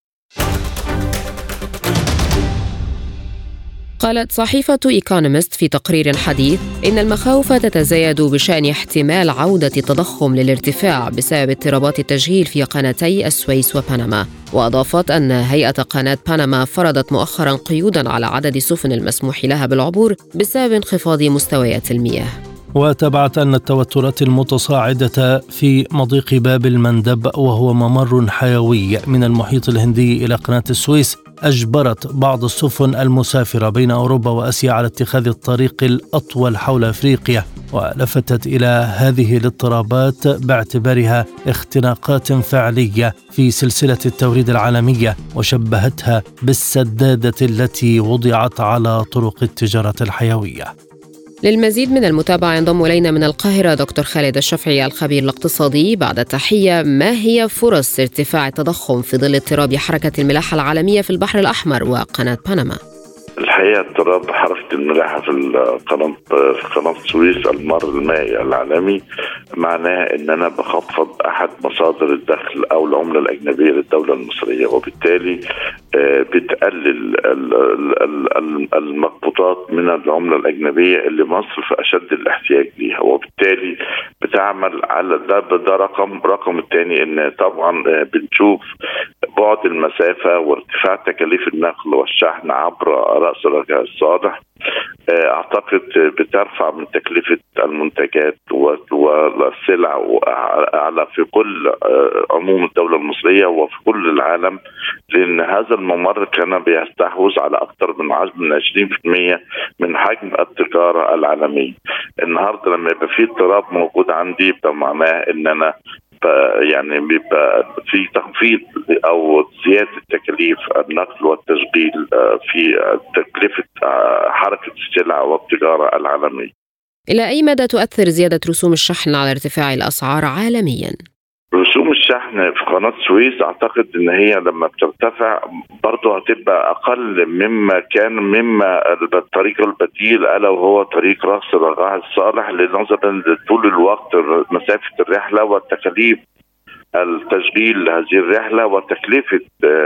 قالت صحيفة إيكونومست في تقرير حديث إن المخاوف تتزايد بشأن احتمال عودة التضخم للارتفاع بسبب اضطرابات التشغيل في قناتي السويس وبنما. وأضافت أن هيئة قناة بنما فرضت مؤخرا قيودا على عدد السفن المسموح لها بالعبور بسبب انخفاض مستويات المياه. وتبعت أن التوترات المتصاعدة في مضيق باب المندب، وهو ممر حيوي من المحيط الهندي إلى قناة السويس، أجبرت بعض السفن المسافرة بين أوروبا وآسيا على اتخاذ الطريق الأطول حول أفريقيا، ولفتت إلى هذه الاضطرابات باعتبارها اختناقات فعلية في سلسلة التوريد العالمية، وشبهتها بالسدادة التي وضعت على طرق التجارة الحيوية. للمزيد من المتابعة ينضم إلينا من القاهرة دكتور خالد الشافعي الخبير الاقتصادي. بعد التحية، ما هي فرص ارتفاع التضخم في ظل اضطراب حركة الملاحة العالمية في البحر الأحمر وقناة بنما؟ الحقيقة اضطراب حركة الملاحة في قناة في قناة السويس الممر المائي العالمي معناه ان انا بخفض احد مصادر الدخل او العملة الاجنبية للدولة المصرية، وبالتالي بتقلل المقبوضات من العملة الأجنبية اللي مصر في أشد الاحتياج ليها، وبالتالي بتعمل على ده. ده رقم رقم الثاني ان طبعا بنشوف بعد المسافة وارتفاع تكاليف النقل والشحن عبر رأس الرجاء الصالح، اعتقد بترفع من تكلفة المنتجات والسلع على في كل عموم الدولة المصرية وفي كل العالم، لأن هذا الممر كان بيستحوذ على أكثر من عشرين بالمئة من حجم التجارة العالمية. النهاردة لما يبقى في اضطراب موجود عندي يبقى معناه إن أنا يعني بيبقى في تخفيض أو زيادة تكاليف النقل والتشغيل في تكلفة حركة السلع والتجارة العالمية. إلى أي مدى تؤثر زيادة رسوم الشحن على ارتفاع الأسعار عالميا؟ رسوم الشحن في قناة السويس أعتقد إن هي لما بترتفع برضه هتبقى أقل مما كان مما الطريق البديل، ألا وهو طريق رأس الرجاء الصالح، لنظرا لطول الوقت مسافة الرحلة والتكاليف التشغيل لهذه الرحلة وتكلفة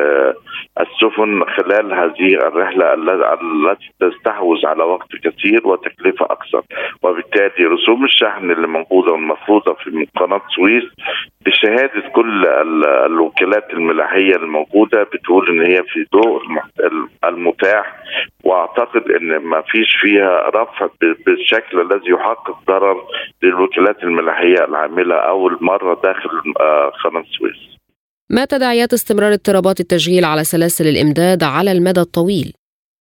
السفن خلال هذه الرحلة التي تستحوذ على وقت كثير وتكلفة أكثر. وبالتالي رسوم الشحن اللي موجودة والمفروضة في قناة السويس بشهادة كل الوكالات الملاحية الموجودة بتقول إن هي في ضوء المتاح، وأعتقد إن ما فيش فيها رفع بالشكل الذي يحقق ضرر للوكالات الملاحية العاملة أول مرة داخل قناة السويس. ما تداعيات استمرار اضطرابات التشغيل على سلاسل الإمداد على المدى الطويل؟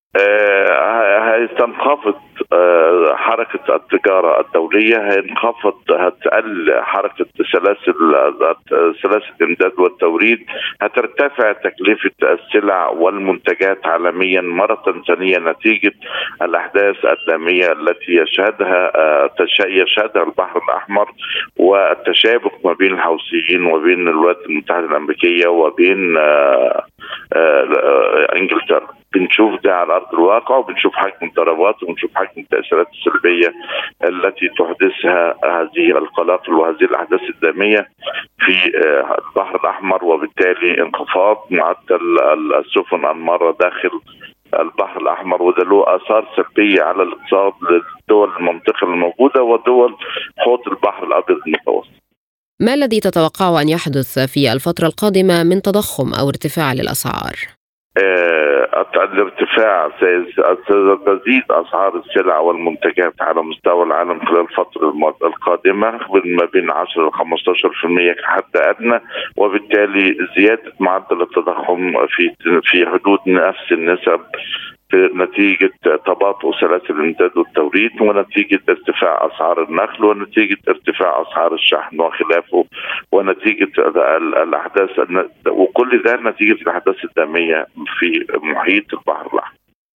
هتنخفض آه حركة التجارة الدولية، هينخفض هتقل حركة سلاسل سلاسل الإمداد والتوريد، هترتفع تكلفة السلع والمنتجات عالميا مرة ثانية نتيجة الأحداث الدامية التي يشهدها آه يشهدها البحر الأحمر والتشابك ما بين الحوثيين وبين الولايات المتحدة الأمريكية وبين آه آه إنجلترا. بنشوف ده على أرض الواقع، وبنشوف حجم الضربات وبنشوف حجم التأثيرات السلبية التي تحدثها هذه القلاقل وهذه الأحداث الدامية في البحر الأحمر، وبالتالي انخفاض معدل السفن المارة داخل البحر الأحمر، وده له آثار سلبية على الاقتصاد للدول المنطقة الموجودة ودول حوض البحر الأبيض المتوسط. ما الذي تتوقع أن يحدث في الفترة القادمة من تضخم أو ارتفاع للأسعار؟ الارتفاع ستزيد أسعار السلع والمنتجات على مستوى العالم خلال الفترة القادمة ما بين عشرة إلى خمسة عشر بالمئة كحد أدنى، وبالتالي زيادة معدل التضخم في في حدود نفس النسب نتيجة تباطؤ سلاسل الإمداد والتوريد، ونتيجة ارتفاع أسعار النقل، ونتيجة ارتفاع أسعار الشحن وخلافه، ونتيجة الأحداث، وكل ده نتيجة الأحداث الدامية في محيط البحر الأحمر.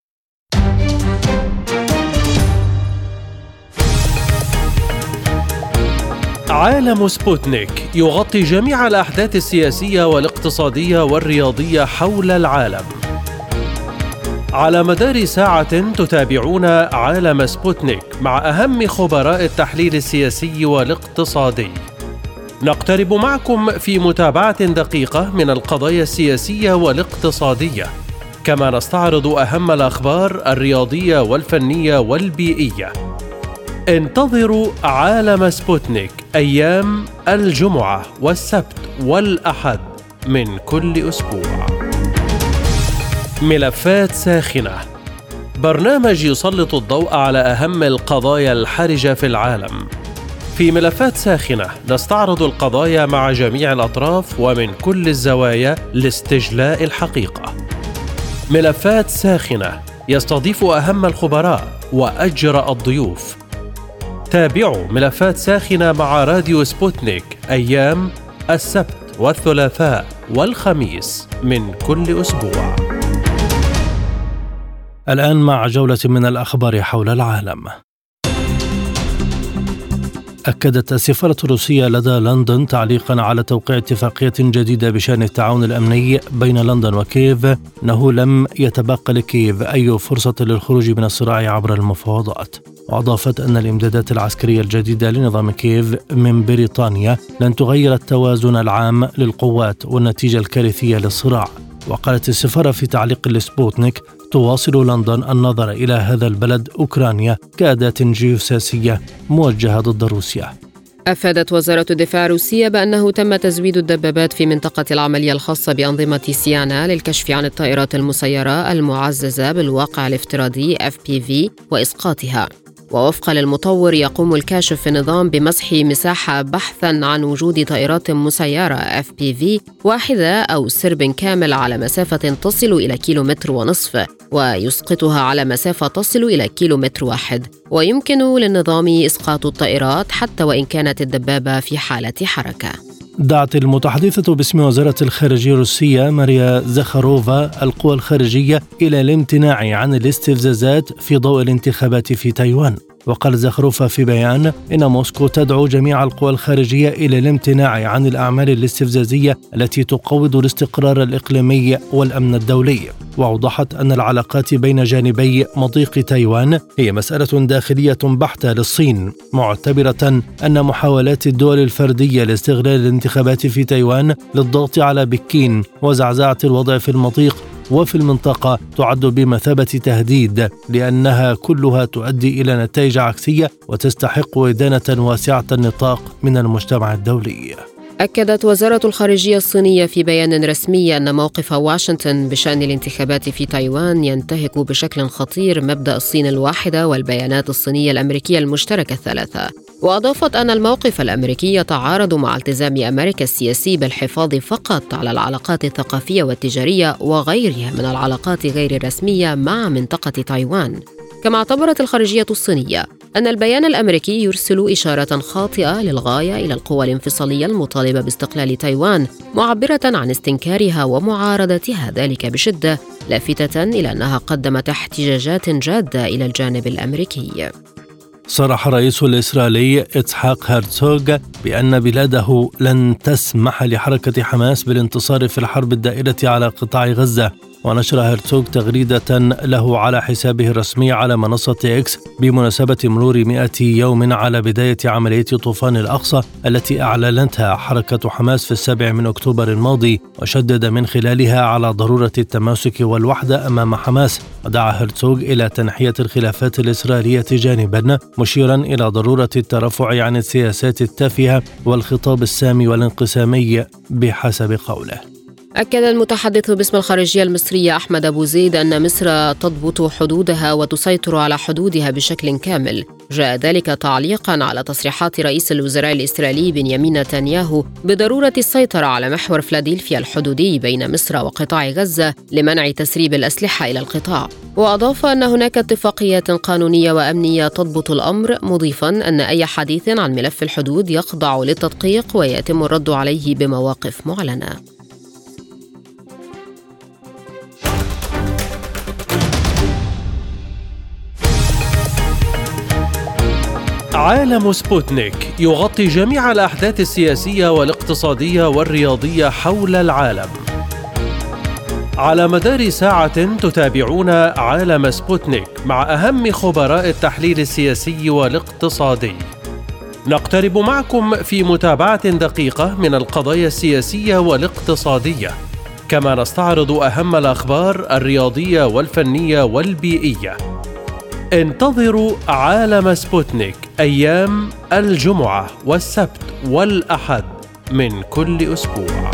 عالم سبوتنيك يغطي جميع الأحداث السياسية والاقتصادية والرياضية حول العالم. على مدار ساعة تتابعون عالم سبوتنيك مع أهم خبراء التحليل السياسي والاقتصادي. نقترب معكم في متابعة دقيقة من القضايا السياسية والاقتصادية، كما نستعرض أهم الأخبار الرياضية والفنية والبيئية. انتظروا عالم سبوتنيك أيام الجمعة والسبت والأحد من كل أسبوع. ملفات ساخنة، برنامج يسلط الضوء على أهم القضايا الحرجة في العالم. في ملفات ساخنة نستعرض القضايا مع جميع الأطراف ومن كل الزوايا لاستجلاء الحقيقة. ملفات ساخنة يستضيف أهم الخبراء وأجرأ الضيوف. تابعوا ملفات ساخنة مع راديو سبوتنيك أيام السبت والثلاثاء والخميس من كل أسبوع. الآن مع جولة من الأخبار حول العالم. أكدت السفارة الروسية لدى لندن تعليقا على توقيع اتفاقية جديدة بشأن التعاون الأمني بين لندن وكييف أنه لم يتبقى لكييف أي فرصة للخروج من الصراع عبر المفاوضات. وأضافت أن الإمدادات العسكرية الجديدة لنظام كييف من بريطانيا لن تغير التوازن العام للقوات والنتيجة الكارثية للصراع. وقالت السفارة في تعليق لسبوتنيك: تواصل لندن النظر إلى هذا البلد أوكرانيا كأداة جيوسياسية موجهة ضد روسيا. أفادت وزارة الدفاع الروسية بأنه تم تزويد الدبابات في منطقة العملية الخاصة بأنظمة سيانا للكشف عن الطائرات المسيرة المعززة بالواقع الافتراضي إف بي في وإسقاطها. ووفقا للمطور يقوم الكاشف في النظام بمسح مساحة بحثا عن وجود طائرات مسيرة إف بي في واحدة أو سرب كامل على مسافة تصل إلى كيلومتر ونصف، ويسقطها على مسافة تصل إلى كيلومتر واحد، ويمكن للنظام إسقاط الطائرات حتى وإن كانت الدبابة في حالة حركة. دعت المتحدثة باسم وزارة الخارجية الروسية ماريا زخاروفا القوى الخارجية إلى الامتناع عن الاستفزازات في ضوء الانتخابات في تايوان. وقال زخاروفا في بيان إن موسكو تدعو جميع القوى الخارجية إلى الامتناع عن الأعمال الاستفزازية التي تقوض الاستقرار الإقليمي والأمن الدولي. وأوضحت أن العلاقات بين جانبي مضيق تايوان هي مسألة داخلية بحتة للصين، معتبرة أن محاولات الدول الفردية لاستغلال الانتخابات في تايوان للضغط على بكين وزعزعة الوضع في المضيق وفي المنطقة تعد بمثابة تهديد، لأنها كلها تؤدي إلى نتائج عكسية وتستحق إدانة واسعة النطاق من المجتمع الدولي. أكدت وزارة الخارجية الصينية في بيان رسمي أن موقف واشنطن بشأن الانتخابات في تايوان ينتهك بشكل خطير مبدأ الصين الواحدة والبيانات الصينية الأمريكية المشتركة الثلاثة. وأضافت أن الموقف الأمريكي يتعارض مع التزام أمريكا السياسي بالحفاظ فقط على العلاقات الثقافية والتجارية وغيرها من العلاقات غير الرسمية مع منطقة تايوان. كما اعتبرت الخارجية الصينية أن البيان الأمريكي يرسل إشارة خاطئة للغاية إلى القوى الانفصالية المطالبة باستقلال تايوان، معبرة عن استنكارها ومعارضتها ذلك بشدة، لافتة إلى أنها قدمت احتجاجات جادة إلى الجانب الأمريكي. صرح الرئيس الإسرائيلي إسحاق هرتزوغ بأن بلاده لن تسمح لحركة حماس بالانتصار في الحرب الدائرة على قطاع غزة. ونشر هرتزوغ تغريدة له على حسابه الرسمي على منصة إكس بمناسبة مرور مئة يوم على بداية عملية طوفان الأقصى التي أعلنتها حركة حماس في السابع من أكتوبر الماضي، وشدد من خلالها على ضرورة التماسك والوحدة أمام حماس. ودعا هرتزوغ إلى تنحية الخلافات الإسرائيلية جانبا، مشيرا إلى ضرورة الترفع عن السياسات التافهة والخطاب السامي والانقسامي بحسب قوله. أكد المتحدث باسم الخارجية المصرية أحمد أبو زيد أن مصر تضبط حدودها وتسيطر على حدودها بشكل كامل. جاء ذلك تعليقاً على تصريحات رئيس الوزراء الإسرائيلي بنيامين نتنياهو بضرورة السيطرة على محور فيلادلفيا الحدودي بين مصر وقطاع غزة لمنع تسريب الأسلحة إلى القطاع. وأضاف أن هناك اتفاقيات قانونية وأمنية تضبط الأمر، مضيفاً أن أي حديث عن ملف الحدود يخضع للتدقيق ويتم الرد عليه بمواقف معلنة. عالم سبوتنيك يغطي جميع الأحداث السياسية والاقتصادية والرياضية حول العالم. على مدار ساعة تتابعون عالم سبوتنيك مع أهم خبراء التحليل السياسي والاقتصادي. نقترب معكم في متابعة دقيقة من القضايا السياسية والاقتصادية، كما نستعرض أهم الأخبار الرياضية والفنية والبيئية. انتظروا عالم سبوتنيك أيام الجمعة والسبت والأحد من كل أسبوع.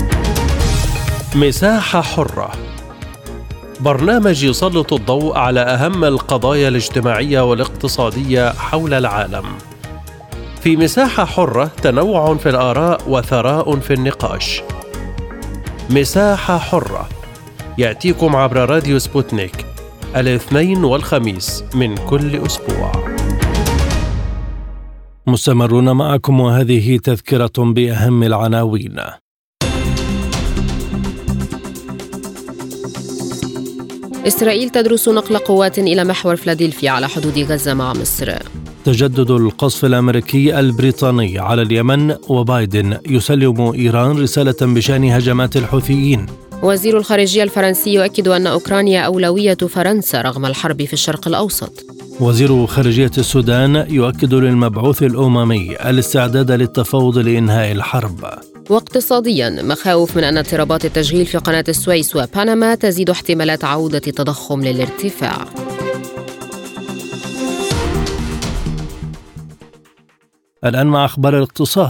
مساحة حرة، برنامج يسلط الضوء على أهم القضايا الاجتماعية والاقتصادية حول العالم. في مساحة حرة تنوع في الآراء وثراء في النقاش. مساحة حرة يأتيكم عبر راديو سبوتنيك الاثنين والخميس من كل أسبوع. مستمرون معكم وهذه تذكرة بأهم العناوين. إسرائيل تدرس نقل قوات إلى محور فيلادلفيا على حدود غزة مع مصر. تجدد القصف الأمريكي البريطاني على اليمن، وبايدن يسلم إيران رسالة بشأن هجمات الحوثيين. وزير الخارجية الفرنسي يؤكد أن أوكرانيا أولوية فرنسا رغم الحرب في الشرق الأوسط. وزير خارجية السودان يؤكد للمبعوث الأممي الاستعداد للتفاوض لإنهاء الحرب. واقتصاديا، مخاوف من أن اضطرابات التشغيل في قناة السويس وبنما تزيد احتمالات عودة التضخم للارتفاع. الآن مع أخبار الاقتصاد.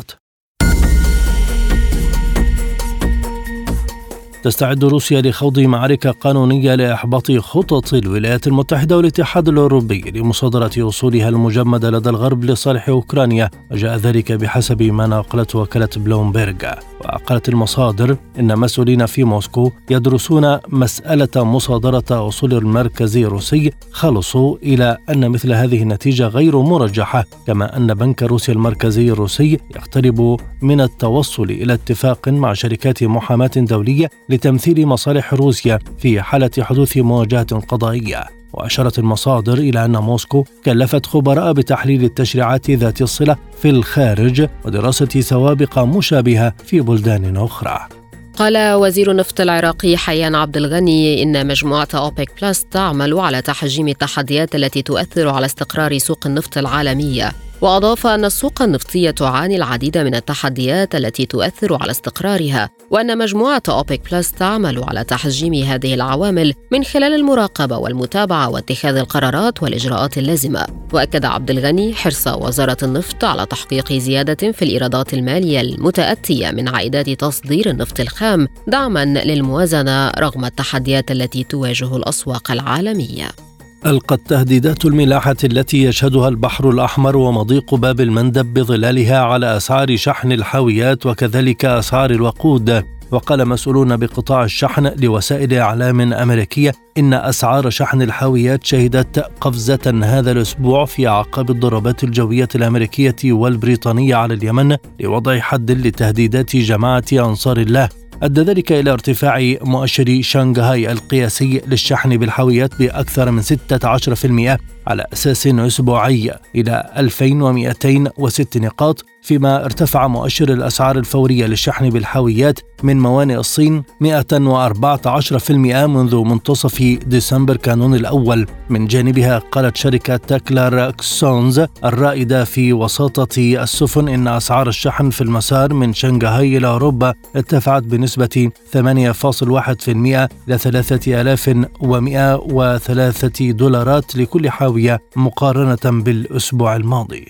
تستعد روسيا لخوض معارك قانونية لإحباط خطط الولايات المتحدة والاتحاد الأوروبي لمصادرة أصولها المجمدة لدى الغرب لصالح أوكرانيا، وجاء ذلك بحسب ما نقلته وكالة بلومبيرغ. وقالت المصادر إن مسؤولين في موسكو يدرسون مسألة مصادرة أصول المركزي الروسي خلصوا إلى أن مثل هذه النتيجة غير مرجحة، كما أن بنك روسيا المركزي الروسي يقترب من التوصل إلى اتفاق مع شركات محاماة دولية لتمثيل مصالح روسيا في حالة حدوث مواجهة قضائية. وأشارت المصادر إلى أن موسكو كلفت خبراء بتحليل التشريعات ذات الصلة في الخارج ودراسة سوابق مشابهة في بلدان أخرى. قال وزير النفط العراقي حيان عبد الغني إن مجموعة أوبك بلس تعمل على تحجيم التحديات التي تؤثر على استقرار سوق النفط العالمية. وأضاف أن السوق النفطية تعاني العديد من التحديات التي تؤثر على استقرارها، وأن مجموعة أوبك بلس تعمل على تحجيم هذه العوامل من خلال المراقبة والمتابعة واتخاذ القرارات والإجراءات اللازمة. وأكد عبد الغني حرص وزارة النفط على تحقيق زيادة في الإيرادات المالية المتأتية من عائدات تصدير النفط الخام دعما للموازنة رغم التحديات التي تواجه الأسواق العالمية. ألقت تهديدات الملاحة التي يشهدها البحر الأحمر ومضيق باب المندب بظلالها على أسعار شحن الحاويات وكذلك أسعار الوقود. وقال مسؤولون بقطاع الشحن لوسائل إعلام أمريكية إن أسعار شحن الحاويات شهدت قفزة هذا الأسبوع في أعقاب الضربات الجوية الأمريكية والبريطانية على اليمن لوضع حد لتهديدات جماعة أنصار الله. أدى ذلك إلى ارتفاع مؤشر شنغهاي القياسي للشحن بالحاويات بأكثر من ستة عشر بالمئة على أساس أسبوعي إلى ألفين ومئتين وستة نقاط، فيما ارتفع مؤشر الأسعار الفورية للشحن بالحاويات من موانئ الصين مئة وأربعة عشر بالمئة منذ منتصف ديسمبر كانون الأول. من جانبها قالت شركة تاكلار كسونز الرائدة في وساطة السفن إن أسعار الشحن في المسار من شنغهاي إلى أوروبا ارتفعت بنسبة ثمانية فاصلة واحد بالمئة إلى ثلاثة آلاف ومئة وثلاثة دولارات لكل حاوية مقارنة بالأسبوع الماضي.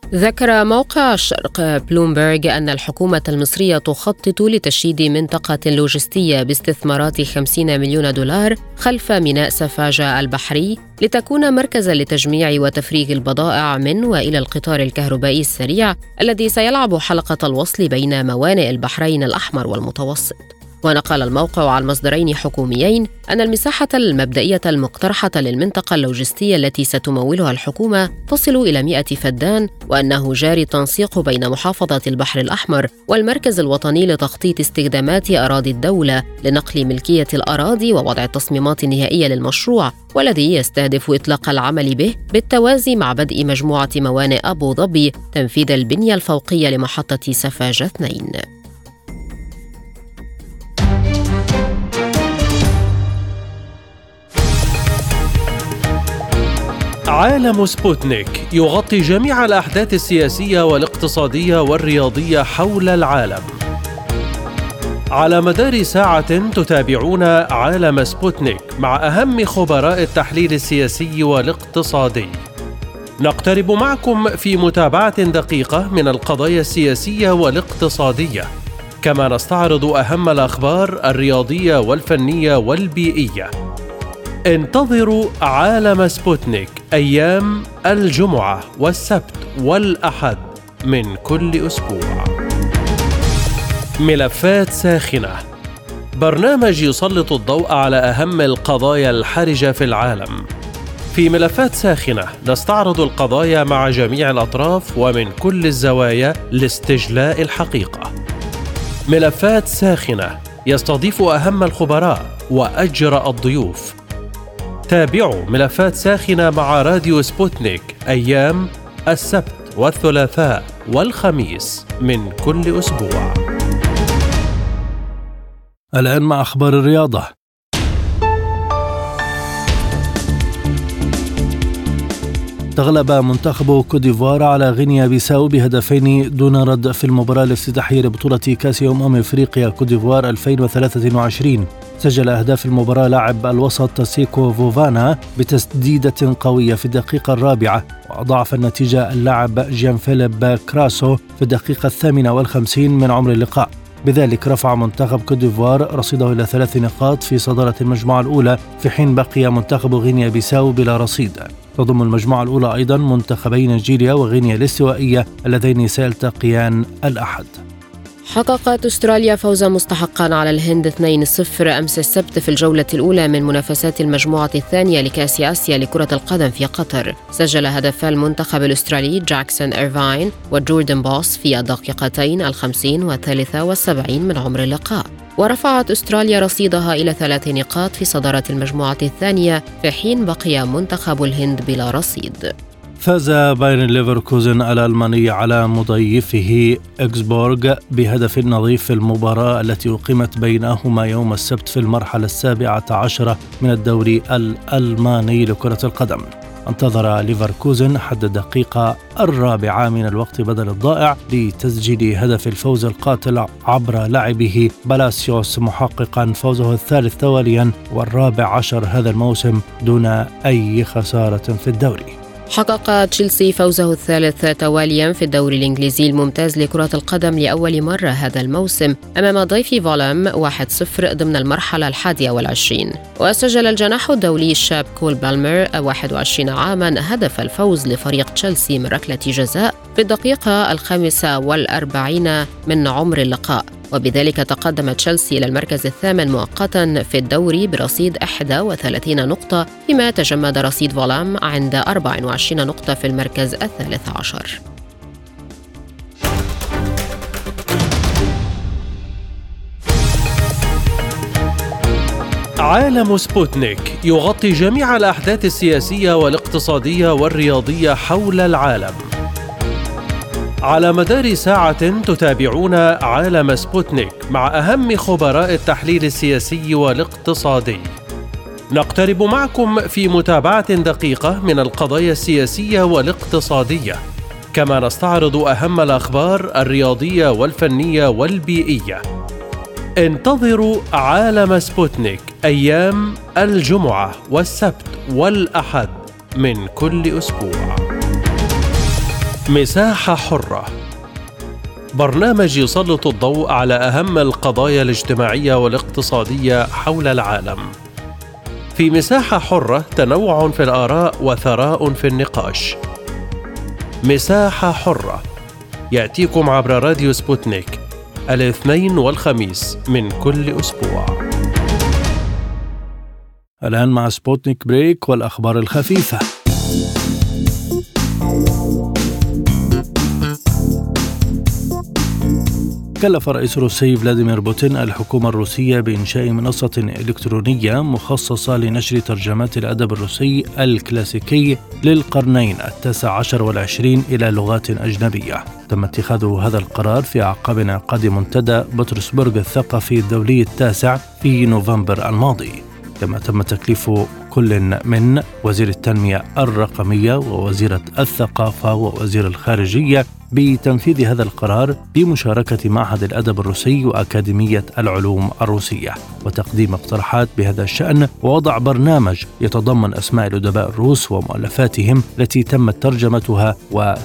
ذكر موقع الشرق بلومبرغ أن الحكومة المصرية تخطط لتشييد منطقة لوجستية باستثمارات خمسين مليون دولار خلف ميناء سفاجة البحري لتكون مركزاً لتجميع وتفريغ البضائع من وإلى القطار الكهربائي السريع الذي سيلعب حلقة الوصل بين موانئ البحرين الأحمر والمتوسط. ونقل الموقع عن مصدرين حكوميين أن المساحة المبدئية المقترحة للمنطقة اللوجستية التي ستمولها الحكومة تصل إلى مئة فدان، وأنه جاري تنسيق بين محافظة البحر الأحمر والمركز الوطني لتخطيط استخدامات أراضي الدولة لنقل ملكية الأراضي ووضع التصميمات النهائية للمشروع، والذي يستهدف إطلاق العمل به بالتوازي مع بدء مجموعة موانئ أبو ظبي تنفيذ البنية الفوقية لمحطة سفاجة اثنين. عالم سبوتنيك يغطي جميع الأحداث السياسية والاقتصادية والرياضية حول العالم. على مدار ساعة تتابعون عالم سبوتنيك مع أهم خبراء التحليل السياسي والاقتصادي. نقترب معكم في متابعة دقيقة من القضايا السياسية والاقتصادية، كما نستعرض أهم الأخبار الرياضية والفنية والبيئية. انتظروا عالم سبوتنيك أيام الجمعة والسبت والأحد من كل أسبوع. ملفات ساخنة، برنامج يسلط الضوء على أهم القضايا الحرجة في العالم. في ملفات ساخنة نستعرض القضايا مع جميع الأطراف ومن كل الزوايا لاستجلاء الحقيقة. ملفات ساخنة يستضيف أهم الخبراء وأجرأ الضيوف. تابعوا ملفات ساخنة مع راديو سبوتنيك أيام السبت والثلاثاء والخميس من كل أسبوع. الآن مع أخبار الرياضة. تغلب منتخب كوديفوار على غينيا بيساو بهدفين دون رد في المباراة الافتتاحية لبطولة كأس أمم أفريقيا كوديفوار ألفين وثلاثة وعشرين. سجل أهداف المباراة لاعب الوسط سيكو فوفانا بتسديدة قوية في الدقيقة الرابعة، وأضاعف النتيجة اللاعب جيان فيليب كراسو في الدقيقة الثامنة والخمسين من عمر اللقاء. بذلك رفع منتخب كوديفوار رصيده إلى ثلاث نقاط في صدارة المجموعة الأولى، في حين بقي منتخب غينيا بيساو بلا رصيد. تضم المجموعة الأولى أيضا منتخبي نيجيريا وغينيا الاستوائية اللذين سيلتقيان الأحد. حققت أستراليا فوزا مستحقا على الهند اثنين صفر أمس السبت في الجولة الأولى من منافسات المجموعة الثانية لكأس آسيا لكرة القدم في قطر. سجل هدف المنتخب الأسترالي جاكسون إيرفاين وجوردن بوس في الدقيقتين الخمسين والثالثة والسبعين من عمر اللقاء، ورفعت أستراليا رصيدها إلى ثلاث نقاط في صدارة المجموعة الثانية، في حين بقي منتخب الهند بلا رصيد. فاز بايرن ليفركوزن الألماني على مضيفه إكسبورغ بهدف نظيف في المباراة التي أقيمت بينهما يوم السبت في المرحلة السابعة عشرة من الدوري الألماني لكرة القدم. انتظر ليفركوزن حد الدقيقة الرابعة من الوقت بدل الضائع لتسجيل هدف الفوز القاتل عبر لاعبه بلاسيوس، محققا فوزه الثالث تواليا والرابع عشر هذا الموسم دون أي خسارة في الدوري. حقق تشيلسي فوزه الثالث تواليا في الدوري الإنجليزي الممتاز لكرة القدم لأول مرة هذا الموسم أمام ضيف فولام واحد صفر ضمن المرحلة الحادية والعشرين. وسجل الجناح الدولي الشاب كول بالمر واحد وعشرين عاما هدف الفوز لفريق تشيلسي من ركلة جزاء في الدقيقة الخامسة والأربعين من عمر اللقاء، وبذلك تقدم تشيلسي إلى المركز الثامن مؤقتا في الدوري برصيد واحد وثلاثين نقطة، فيما تجمد رصيد فولام عند أربع وعشرين نقطة في المركز الثالث عشر. عالم سبوتنيك يغطي جميع الأحداث السياسية والاقتصادية والرياضية حول العالم. على مدار ساعة تتابعون عالم سبوتنيك مع أهم خبراء التحليل السياسي والاقتصادي. نقترب معكم في متابعة دقيقة من القضايا السياسية والاقتصادية، كما نستعرض أهم الأخبار الرياضية والفنية والبيئية. انتظروا عالم سبوتنيك أيام الجمعة والسبت والأحد من كل أسبوع. مساحة حرة، برنامج يسلط الضوء على أهم القضايا الاجتماعية والاقتصادية حول العالم. في مساحة حرة تنوع في الآراء وثراء في النقاش. مساحة حرة يأتيكم عبر راديو سبوتنيك الاثنين والخميس من كل أسبوع. الآن مع سبوتنيك بريك والأخبار الخفيفة. كلف الرئيس الروسي فلاديمير بوتين الحكومة الروسية بإنشاء منصة إلكترونية مخصصة لنشر ترجمات الأدب الروسي الكلاسيكي للقرنين التاسع عشر والعشرين إلى لغات أجنبية. تم اتخاذ هذا القرار في أعقاب انعقاد منتدى بطرسبرغ الثقافي الدولي التاسع في نوفمبر الماضي. كما تم تكليف كل من وزير التنمية الرقمية ووزيرة الثقافة ووزير الخارجية بتنفيذ هذا القرار بمشاركة معهد الأدب الروسي وأكاديمية العلوم الروسية، وتقديم اقتراحات بهذا الشأن، ووضع برنامج يتضمن أسماء الأدباء الروس ومؤلفاتهم التي تمت ترجمتها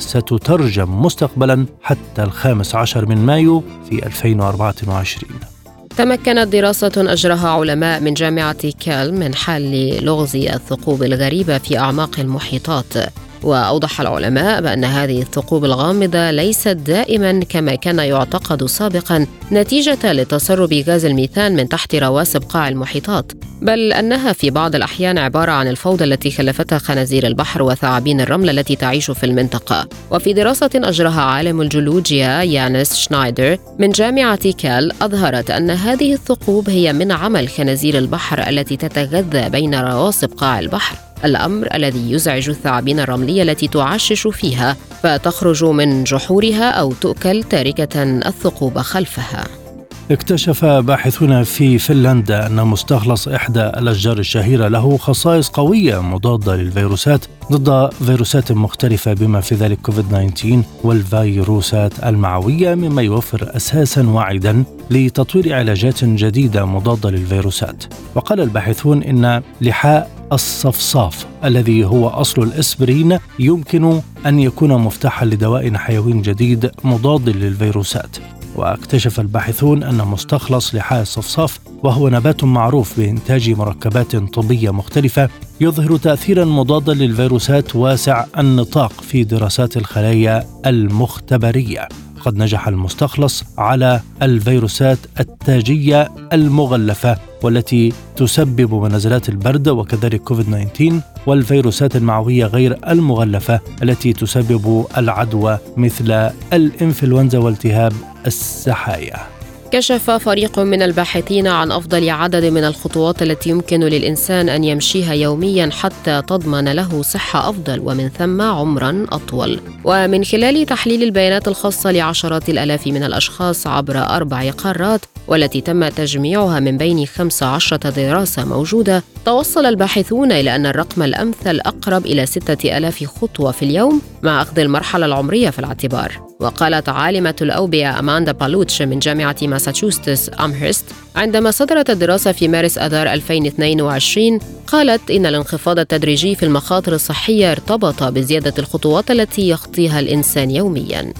وستترجم مستقبلا حتى الخامس عشر من مايو في ألفين وأربعة وعشرين. تمكنت دراسة أجراها علماء من جامعة كيل من حل لغز الثقوب الغريبة في أعماق المحيطات. وأوضح العلماء بأن هذه الثقوب الغامضة ليست دائما كما كان يعتقد سابقا نتيجة لتسرب غاز الميثان من تحت رواسب قاع المحيطات، بل أنها في بعض الأحيان عبارة عن الفوضى التي خلفتها خنازير البحر وثعابين الرمل التي تعيش في المنطقة. وفي دراسة أجراها عالم الجيولوجيا يانس شنايدر من جامعة كيل أظهرت أن هذه الثقوب هي من عمل خنازير البحر التي تتغذى بين رواسب قاع البحر، الأمر الذي يزعج الثعابين الرملية التي تعشش فيها فتخرج من جحورها أو تؤكل تاركة الثقوب خلفها. اكتشف باحثون في فنلندا أن مستخلص إحدى الأشجار الشهيرة له خصائص قوية مضادة للفيروسات ضد فيروسات مختلفة بما في ذلك كوفيد تسعة عشر والفيروسات المعوية، مما يوفر أساسا واعدا لتطوير علاجات جديدة مضادة للفيروسات. وقال الباحثون إن لحاء الصفصاف الذي هو أصل الإسبرين يمكن أن يكون مفتاحا لدواء حيوي جديد مضاد للفيروسات. واكتشف الباحثون أن مستخلص لحاء الصفصاف، وهو نبات معروف بإنتاج مركبات طبية مختلفة، يظهر تأثيرا مضادا للفيروسات واسع النطاق في دراسات الخلايا المختبرية. قد نجح المستخلص على الفيروسات التاجية المغلفة والتي تسبب نزلات البرد وكذلك كوفيد تسعة عشر، والفيروسات المعوية غير المغلفة التي تسبب العدوى مثل الإنفلونزا والتهاب السحايا. كشف فريق من الباحثين عن أفضل عدد من الخطوات التي يمكن للإنسان أن يمشيها يوميا حتى تضمن له صحة أفضل ومن ثم عمرا أطول. ومن خلال تحليل البيانات الخاصة لعشرات الآلاف من الأشخاص عبر أربع قارات والتي تم تجميعها من بين خمس عشرة دراسة موجودة، توصل الباحثون إلى أن الرقم الأمثل أقرب إلى ستة آلاف خطوة في اليوم مع أخذ المرحلة العمرية في الاعتبار. وقالت عالمة الأوبئة أماندا بالوتش من جامعة ماساتشوستس أمهرست عندما صدرت الدراسة في مارس آذار ألفين واثنين وعشرين، قالت إن الانخفاض التدريجي في المخاطر الصحية ارتبط بزيادة الخطوات التي يخطيها الإنسان يومياً.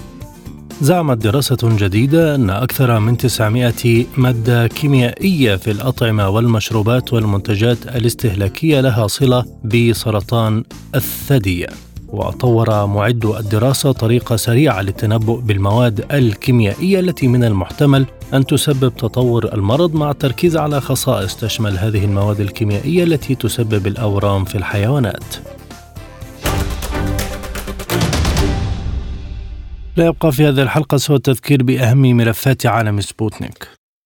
زعمت دراسة جديدة أن أكثر من تسعمائة مادة كيميائية في الأطعمة والمشروبات والمنتجات الاستهلاكية لها صلة بسرطان الثدي. وطور معد الدراسة طريقة سريعة للتنبؤ بالمواد الكيميائية التي من المحتمل أن تسبب تطور المرض، مع التركيز على خصائص تشمل هذه المواد الكيميائية التي تسبب الأورام في الحيوانات. لا يبقى في هذه الحلقة سوى التذكير بأهم ملفات عالم سبوتنيك.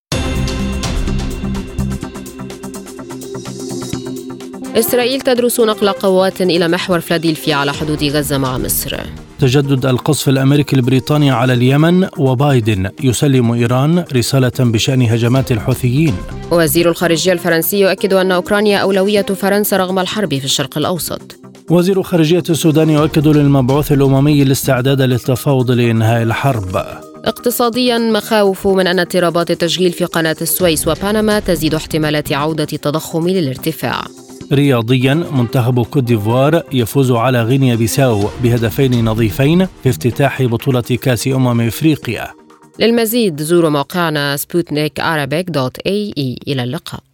إسرائيل تدرس نقل قوات إلى محور فيلادلفيا على حدود غزة مع مصر. تجدد القصف الأمريكي البريطاني على اليمن، وبايدن يسلم إيران رسالة بشأن هجمات الحوثيين. وزير الخارجية الفرنسي يؤكد أن أوكرانيا أولوية فرنسا رغم الحرب في الشرق الأوسط. وزير خارجية السودان يؤكد للمبعوث الأممي الاستعداد للتفاوض لإنهاء الحرب. اقتصاديا، مخاوف من أن اضطرابات التشغيل في قناة السويس وبنما تزيد احتمالات عودة التضخم للارتفاع. رياضيا، منتخب كوت ديفوار يفوز على غينيا بيساو بهدفين نظيفين في افتتاح بطولة كأس أمم إفريقيا. للمزيد زوروا موقعنا سبوتنيك عربيك دوت اي اي. إلى اللقاء.